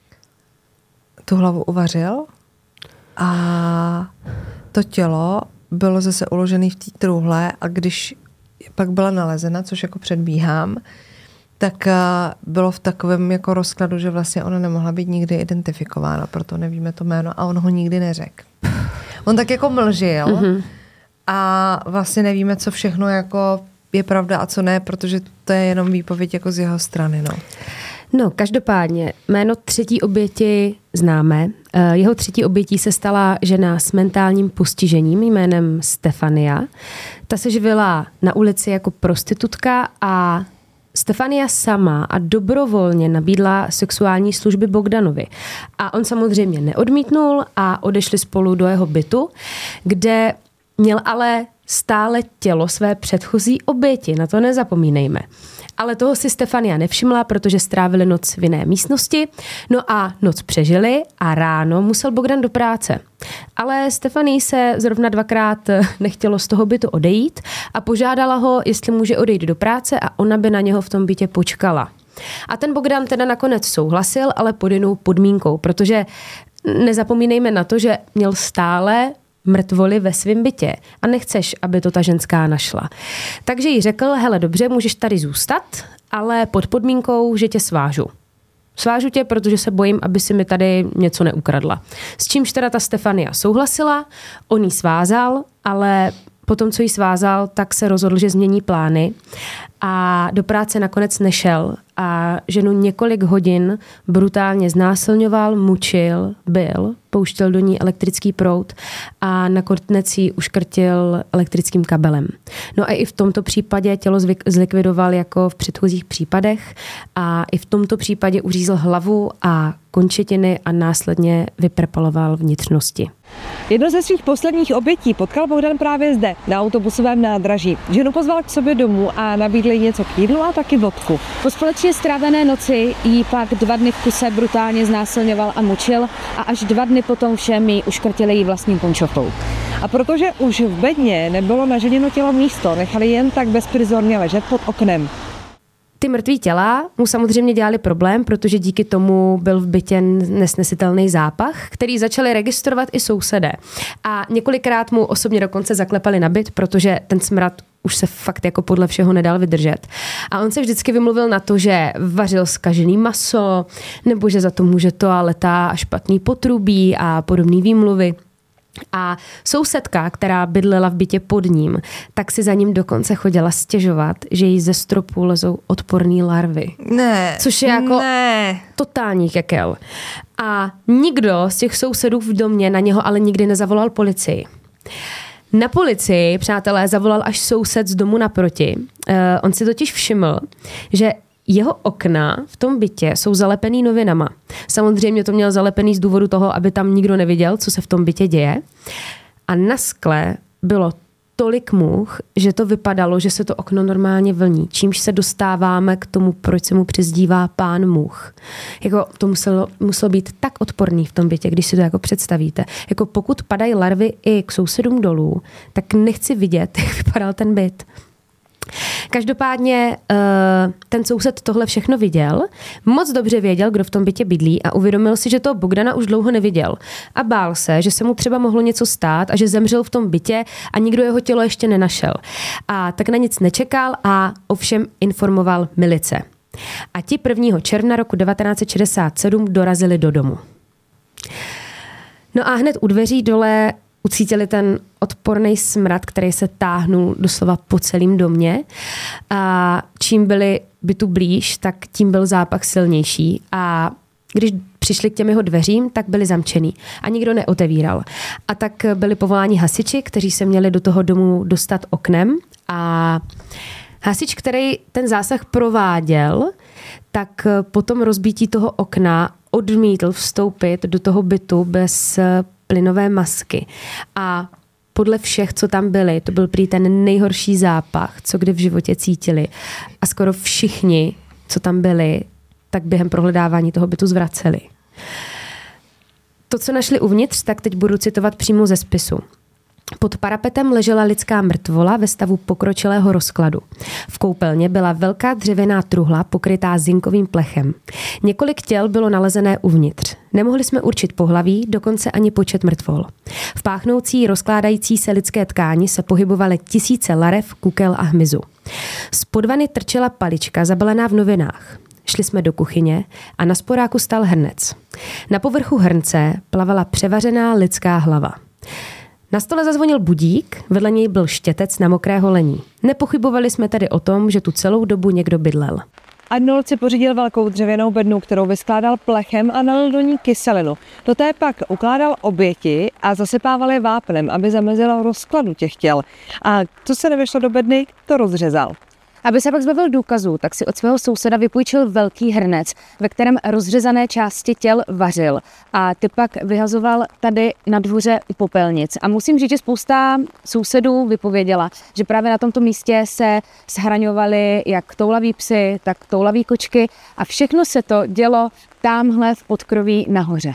tu hlavu uvařil a to tělo bylo zase uložené v té truhle a když pak byla nalezena, což jako předbíhám, tak bylo v takovém jako rozkladu, že vlastně ona nemohla být nikdy identifikována, proto nevíme to jméno a on ho nikdy neřekl. On tak jako mlžil a vlastně nevíme, co všechno jako je pravda a co ne, protože to je jenom výpověď jako z jeho strany. No, každopádně jméno třetí oběti známe. Jeho třetí obětí se stala žena s mentálním postižením jménem Stefania. Ta se živila na ulici jako prostitutka a Stefania sama a dobrovolně nabídla sexuální služby Bogdanovi. A on samozřejmě neodmítnul a odešli spolu do jeho bytu, kde měl ale stále tělo své předchozí oběti. Na to nezapomínejme. Ale toho si Stefania nevšimla, protože strávili noc v jiné místnosti. No a noc přežili a ráno musel Bogdan do práce. Ale Stefanii se zrovna 2krát nechtělo z toho bytu odejít a požádala ho, jestli může odejít do práce a ona by na něho v tom bytě počkala. A ten Bogdan teda nakonec souhlasil, ale pod jinou podmínkou, protože nezapomínejme na to, že měl stále mrtvoly ve svém bytě a nechceš, aby to ta ženská našla. Takže jí řekl, hele dobře, můžeš tady zůstat, ale pod podmínkou, že tě svážu. Svážu tě, protože se bojím, aby si mi tady něco neukradla. S čímž teda ta Stefania souhlasila, on jí svázal, ale potom, co jí svázal, tak se rozhodl, že změní plány a do práce nakonec nešel a ženu několik hodin brutálně znásilňoval, mučil, bil, pouštěl do ní elektrický proud a nakonec ji uškrtil elektrickým kabelem. No a i v tomto případě tělo zlikvidoval jako v předchozích případech a i v tomto případě uřízl hlavu a končetiny a následně vyprepaloval vnitřnosti. Jedno ze svých posledních obětí potkal Bogdan právě zde, na autobusovém nádraží. Ženu pozval k sobě domů a nabídl jí něco k jídlu a taky vodku. Po společně strávené noci jí pak 2 dny v kuse brutálně znásilňoval a mučil a až 2 dny potom všem jí uškrtili jí vlastním punčotou. A protože už v bedně nebylo na ženino tělo místo, nechali jen tak bezprizorně ležet pod oknem. Ty mrtvý těla mu samozřejmě dělali problém, protože díky tomu byl v bytě nesnesitelný zápach, který začali registrovat i sousedé. A několikrát mu osobně dokonce zaklepali na byt, protože ten smrad už se fakt jako podle všeho nedal vydržet. A on se vždycky vymluvil na to, že vařil zkažený maso, nebo že za to může toaleta a špatný potrubí a podobné výmluvy. A sousedka, která bydlela v bytě pod ním, tak si za ním dokonce chodila stěžovat, že jí ze stropu lezou odporný larvy. Ne. Což je jako totální kekel. A nikdo z těch sousedů v domě na něho ale nikdy nezavolal policii. Na policii, přátelé, zavolal až soused z domu naproti. On si totiž všiml, že jeho okna v tom bytě jsou zalepený novinama. Samozřejmě to měl zalepený z důvodu toho, aby tam nikdo neviděl, co se v tom bytě děje. A na skle bylo tolik much, že to vypadalo, že se to okno normálně vlní. Čímž se dostáváme k tomu, proč se mu přezdívá pán much. Jako to muselo být tak odporný v tom bytě, když si to jako představíte. Jako pokud padají larvy i k sousedům dolů, tak nechci vidět, jak vypadal ten byt. Každopádně ten soused tohle všechno viděl, moc dobře věděl, kdo v tom bytě bydlí a uvědomil si, že toho Bogdana už dlouho neviděl. A bál se, že se mu třeba mohlo něco stát a že zemřel v tom bytě a nikdo jeho tělo ještě nenašel. A tak na nic nečekal a ovšem informoval milice. A ti 1. června roku 1967 dorazili do domu. No a hned u dveří dole ucítili ten odporný smrad, který se táhnul doslova po celém domě. A čím byli bytu blíž, tak tím byl zápach silnější. A když přišli k těm jeho dveřím, tak byli zamčený a nikdo neotevíral. A tak byli povoláni hasiči, kteří se měli do toho domu dostat oknem. A hasič, který ten zásah prováděl, tak po tom rozbítí toho okna odmítl vstoupit do toho bytu bez plynové masky. A podle všech, co tam byli, to byl prý ten nejhorší zápach, co kdy v životě cítili. A skoro všichni, co tam byli, tak během prohledávání toho bytu zvraceli. To, co našli uvnitř, tak teď budu citovat přímo ze spisu. Pod parapetem ležela lidská mrtvola ve stavu pokročilého rozkladu. V koupelně byla velká dřevěná truhla pokrytá zinkovým plechem. Několik těl bylo nalezené uvnitř. Nemohli jsme určit pohlaví, dokonce ani počet mrtvol. V páchnoucí, rozkládající se lidské tkáni se pohybovaly tisíce larev, kukel a hmyzu. Z podvany trčela palička zabalená v novinách. Šli jsme do kuchyně a na sporáku stál hrnec. Na povrchu hrnce plavala převařená lidská hlava. Na stole zazvonil budík, vedle něj byl štětec na mokré holení. Nepochybovali jsme tedy o tom, že tu celou dobu někdo bydlel. Arnold si pořídil velkou dřevěnou bednu, kterou vyskládal plechem a nalil do ní kyselinu. Do té pak ukládal oběti a zasypával je vápnem, aby zamezil rozkladu těch těl. A co se nevešlo do bedny, to rozřezal. Aby se pak zbavil důkazů, tak si od svého souseda vypůjčil velký hrnec, ve kterém rozřezané části těl vařil. A ty pak vyhazoval tady na dvoře u popelnic. A musím říct, že spousta sousedů vypověděla, že právě na tomto místě se shraňovali jak toulaví psy, tak toulaví kočky a všechno se to dělo támhle v podkroví nahoře.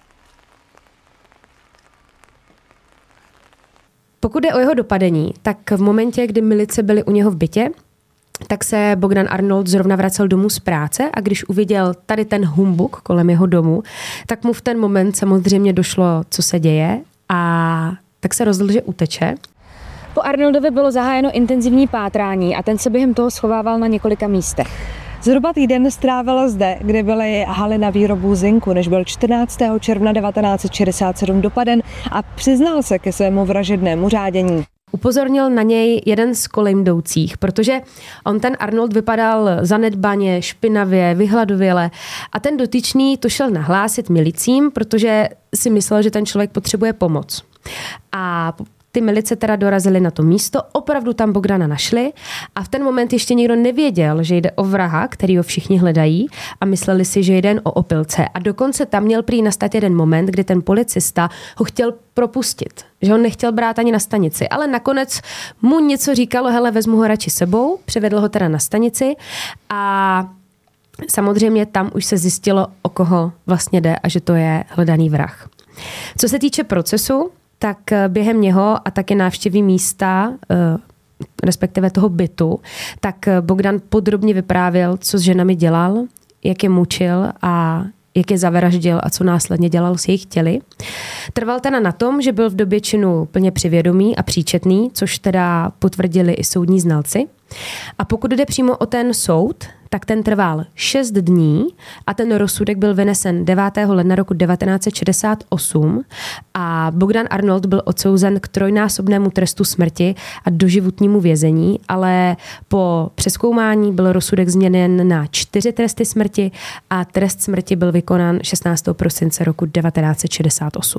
Pokud jde o jeho dopadení, tak v momentě, kdy milice byli u něho v bytě, tak se Bogdan Arnold zrovna vracel domů z práce a když uviděl tady ten humbuk kolem jeho domu, tak mu v ten moment samozřejmě došlo, co se děje a tak se rozhodl, že uteče. Po Arnoldovi bylo zahájeno intenzivní pátrání a ten se během toho schovával na několika místech. Zhruba týden strávil zde, kde byly haly na výrobu zinku, než byl 14. června 1967 dopaden a přiznal se ke svému vražednému řádění. Upozornil na něj jeden z kolem jdoucích, protože on ten Arnold vypadal zanedbaně, špinavě, vyhladověle a ten dotyčný to šel nahlásit milicím, protože si myslel, že ten člověk potřebuje pomoc. A ty milice teda dorazily na to místo, opravdu tam Bogdana našli a v ten moment ještě nikdo nevěděl, že jde o vraha, který ho všichni hledají a mysleli si, že jde jen o opilce. A dokonce tam měl prý nastat jeden moment, kdy ten policista ho chtěl propustit, že ho nechtěl brát ani na stanici, ale nakonec mu něco říkalo, hele, vezmu ho radši sebou, převedl ho teda na stanici a samozřejmě tam už se zjistilo, o koho vlastně jde a že to je hledaný vrah. Co se týče procesu, tak během něho a také návštěvy místa, respektive toho bytu, tak Bogdan podrobně vyprávěl, co s ženami dělal, jak je mučil a jak je zavraždil a co následně dělal s jejich těly. Trval teda na tom, že byl v době činu plně přivědomý a příčetný, což teda potvrdili i soudní znalci. A pokud jde přímo o ten soud, tak ten trval 6 dní a ten rozsudek byl vynesen 9. ledna roku 1968 a Bogdan Arnold byl odsouzen k 3násobnému trestu smrti a doživotnímu vězení, ale po přezkoumání byl rozsudek změněn na 4 tresty smrti a trest smrti byl vykonán 16. prosince roku 1968.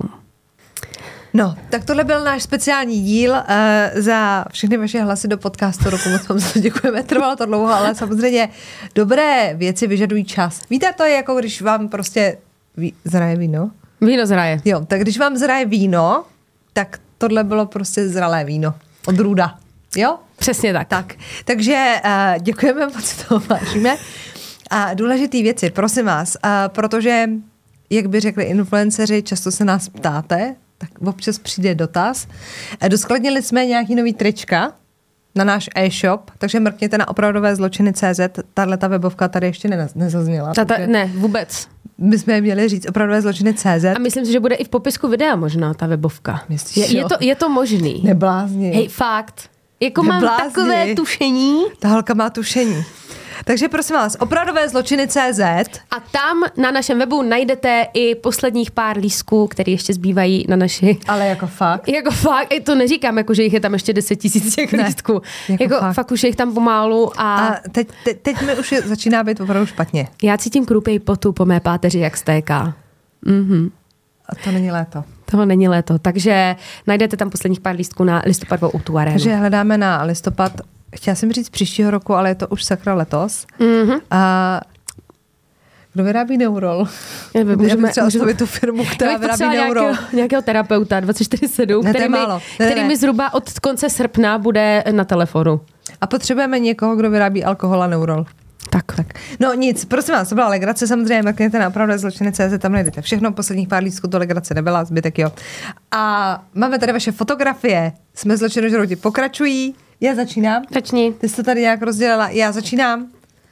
No, tak tohle byl náš speciální díl za všechny vaše hlasy do podcastu roku. Moc vám za to děkujeme, trvalo to dlouho, ale samozřejmě dobré věci vyžadují čas. Víte, to je jako když vám prostě zraje víno? Víno zraje. Jo, tak když vám zraje víno, tak tohle bylo prostě zralé víno. Odrůda. Jo? Přesně tak. Takže děkujeme, moc to vážíme. A důležitý věci, prosím vás, protože, jak by řekli influenceři, často se nás ptáte, tak občas přijde dotaz. Doskladnili jsme nějaký nový trička na náš e-shop, takže mrkněte na opravdovézločiny.cz. Tahleta webovka tady ještě nezazněla. Ne, vůbec. My jsme měli říct opravdovézločiny.cz. A myslím si, že bude i v popisku videa možná ta webovka. Myslíš, je to možný. Neblázni. Hej, fakt. Jako mám takové tušení. Ta holka má tušení. Takže prosím vás, opravdovézločiny.cz. A tam na našem webu najdete i posledních pár lístků, které ještě zbývají na naši... Ale jako fakt. Jako fakt, to neříkám, jako že jich je tam ještě 10 000 těch lístků. Jako fakt už je jich tam pomalu a teď mi už začíná být opravdu špatně. Já cítím krupěj potu po mé páteři, jak stéká. Mhm. A to není léto. Toho není léto, takže najdete tam posledních pár lístků na listopadovou U2 Arenu. Takže hledáme na listopad, chtěla jsem říct příštího roku, ale je to už sakra letos. Mm-hmm. A kdo vyrábí Neurol? Můžeme oslovit tu firmu, která vyrábí Neurol. Nějakého terapeuta 24/7, který mi zhruba od konce srpna bude na telefonu. A potřebujeme někoho, kdo vyrábí alkohol a Neurol. Tak. No nic, prosím vás, to byla legrace, samozřejmě mrkněte na opravdovézločiny.cz, tam najdete všechno, posledních pár lístků to legrace nebyla, zbytek jo. A máme tady vaše fotografie, jsme zločinožrouti, pokračují, já začínám. Začni. Ty jsi to tady nějak rozdělila, já začínám.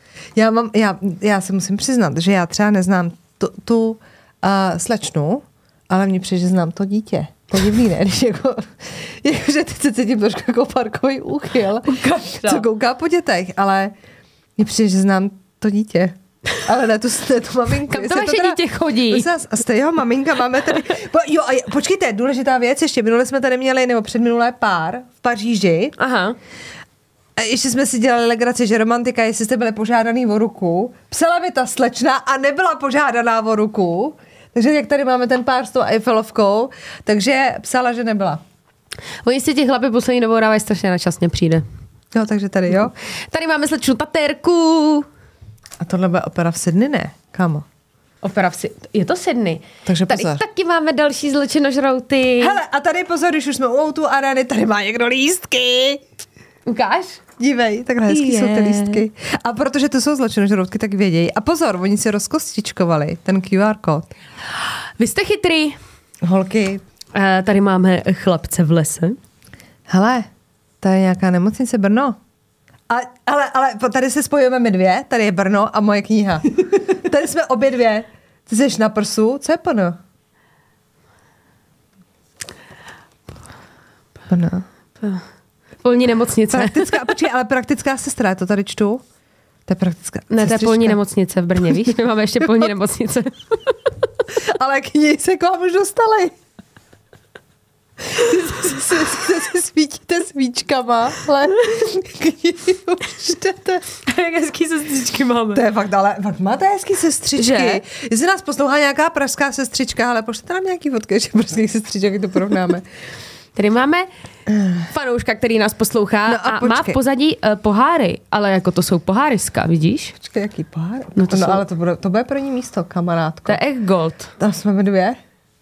Já se musím přiznat, že já třeba neznám tu slečnu, ale mně přijde, že znám to dítě. To je divný, ne? Když že teď se cítím trošku jako parkový úchyl, co kouká po dětech, ale mně přijde, že znám to dítě. Ale ne tu maminku. Kam to vaše dítě chodí? A z té jeho maminka máme tady... Počkejte, důležitá věc ještě. Minule jsme tady měli, nebo předminulé pár v Paříži. Aha. A ještě jsme si dělali legraci, že romantika, jestli jste byli požádaný o ruku. Psala mi ta slečna a nebyla požádaná o ruku. Takže jak tady máme ten pár s tou Eiffelovkou, takže psala, že nebyla. Oni si ti chlapi poslední dobou dávají strašně načasně přijde. No, takže tady, jo. Tady máme slečnu Tatérku. A tohle bude opera v Sydney, ne? Kamo? Opera v Sydney. Je to Sydney. Takže tady pozor. Taky máme další zločinožrouty. Hele, a tady pozor, když už jsme u O2 Areny, tady má někdo lístky. Ukáž? Dívej, takhle hezký jsou ty lístky. A protože to jsou zločinožroutky, tak vědějí. A pozor, oni si rozkostičkovali ten QR kód. Vy jste chytrý. Holky. Tady máme chlapce v lese. Hele, to je nějaká nemocnice Brno. Ale tady se spojujeme my dvě, tady je Brno a moje kniha. Tady jsme obě dvě. Ty jsi na prsu, co je Brno? Brno. Polní nemocnice. Ale praktická sestra, já to tady čtu. To je praktická Ne, to je polní nemocnice v Brně, víš? My máme ještě polní nemocnice. Ale k ní se k vám už dostali. Se svítíte svíčkama, ale už jdete. Jak hezký sestřičky máme. To je fakt, ale fakt máte hezký sestřičky. Že? Jestli nás poslouchá nějaká pražská sestřička, ale pošlete nám nějaký fotky, že pražských sestřiček, to porovnáme. Tady máme fanouška, který nás poslouchá no a má v pozadí poháry, ale jako to jsou poháriska, vidíš? Počkej, jaký pohár? No ale to bude první místo, kamarádko. To je Egg Gold. Tam jsme my dvě.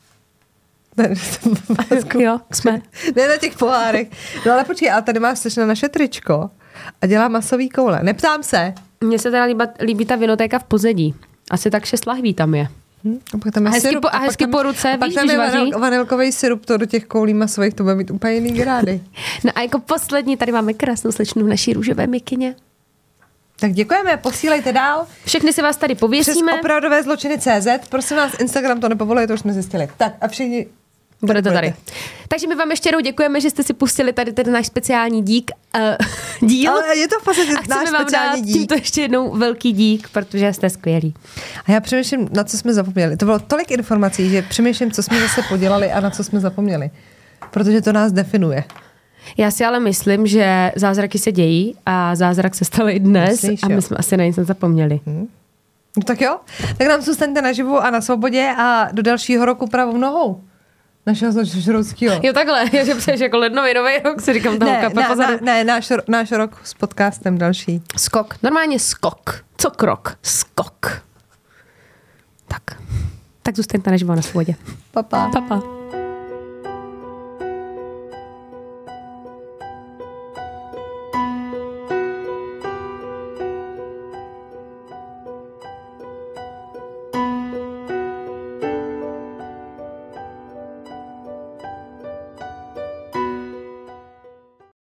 Jo, jsme. Ne na těch pohárech. No ale počkej, ale tady máš slečna naše tričko a dělá masový koule. Neptám se. Mně se teda líbí ta vinotéka v pozadí. Asi tak 6 lahví tam je. A hezky po ruce, víš, když vaří. Vanilkový syrup, to do těch koulí masových, to bude mít úplně jiný grády. No a jako poslední, tady máme krásnou slečnu v naší růžové mikině. Tak děkujeme, posílejte dál. Všechny si vás tady pověsíme. Přes opravdovézločiny.cz. Prosím vás, Instagram to nepovoluje, to už jsme zjistili. Tak a všichni Bude to tady. Takže my vám ještě jednou děkujeme, že jste si pustili tady ten náš speciální díl. Ale je to v podstatě a náš chceme vám speciální dát dík. tímto ještě jednou velký dík, protože jste skvělí. A já přemýšlím, na co jsme zapomněli. To bylo tolik informací, že přemýšlím, co jsme zase podělali a na co jsme zapomněli. Protože to nás definuje. Já si ale myslím, že zázraky se dějí a zázrak se stal i dnes. Myslíš, a my jo? jsme asi na nic nezapomněli. No tak jo, tak nám zůstaňte naživu a na svobodě a do dalšího roku pravou nohou. Našeho zločinockého. Jo takhle, že přeješ jako lednový nový rok, si říkám toho kape pozadu. Ne, náš rok s podcastem další. Skok, normálně skok. Co krok? Skok. Tak zůstaňte naživo na svobodě. Pa. Pa.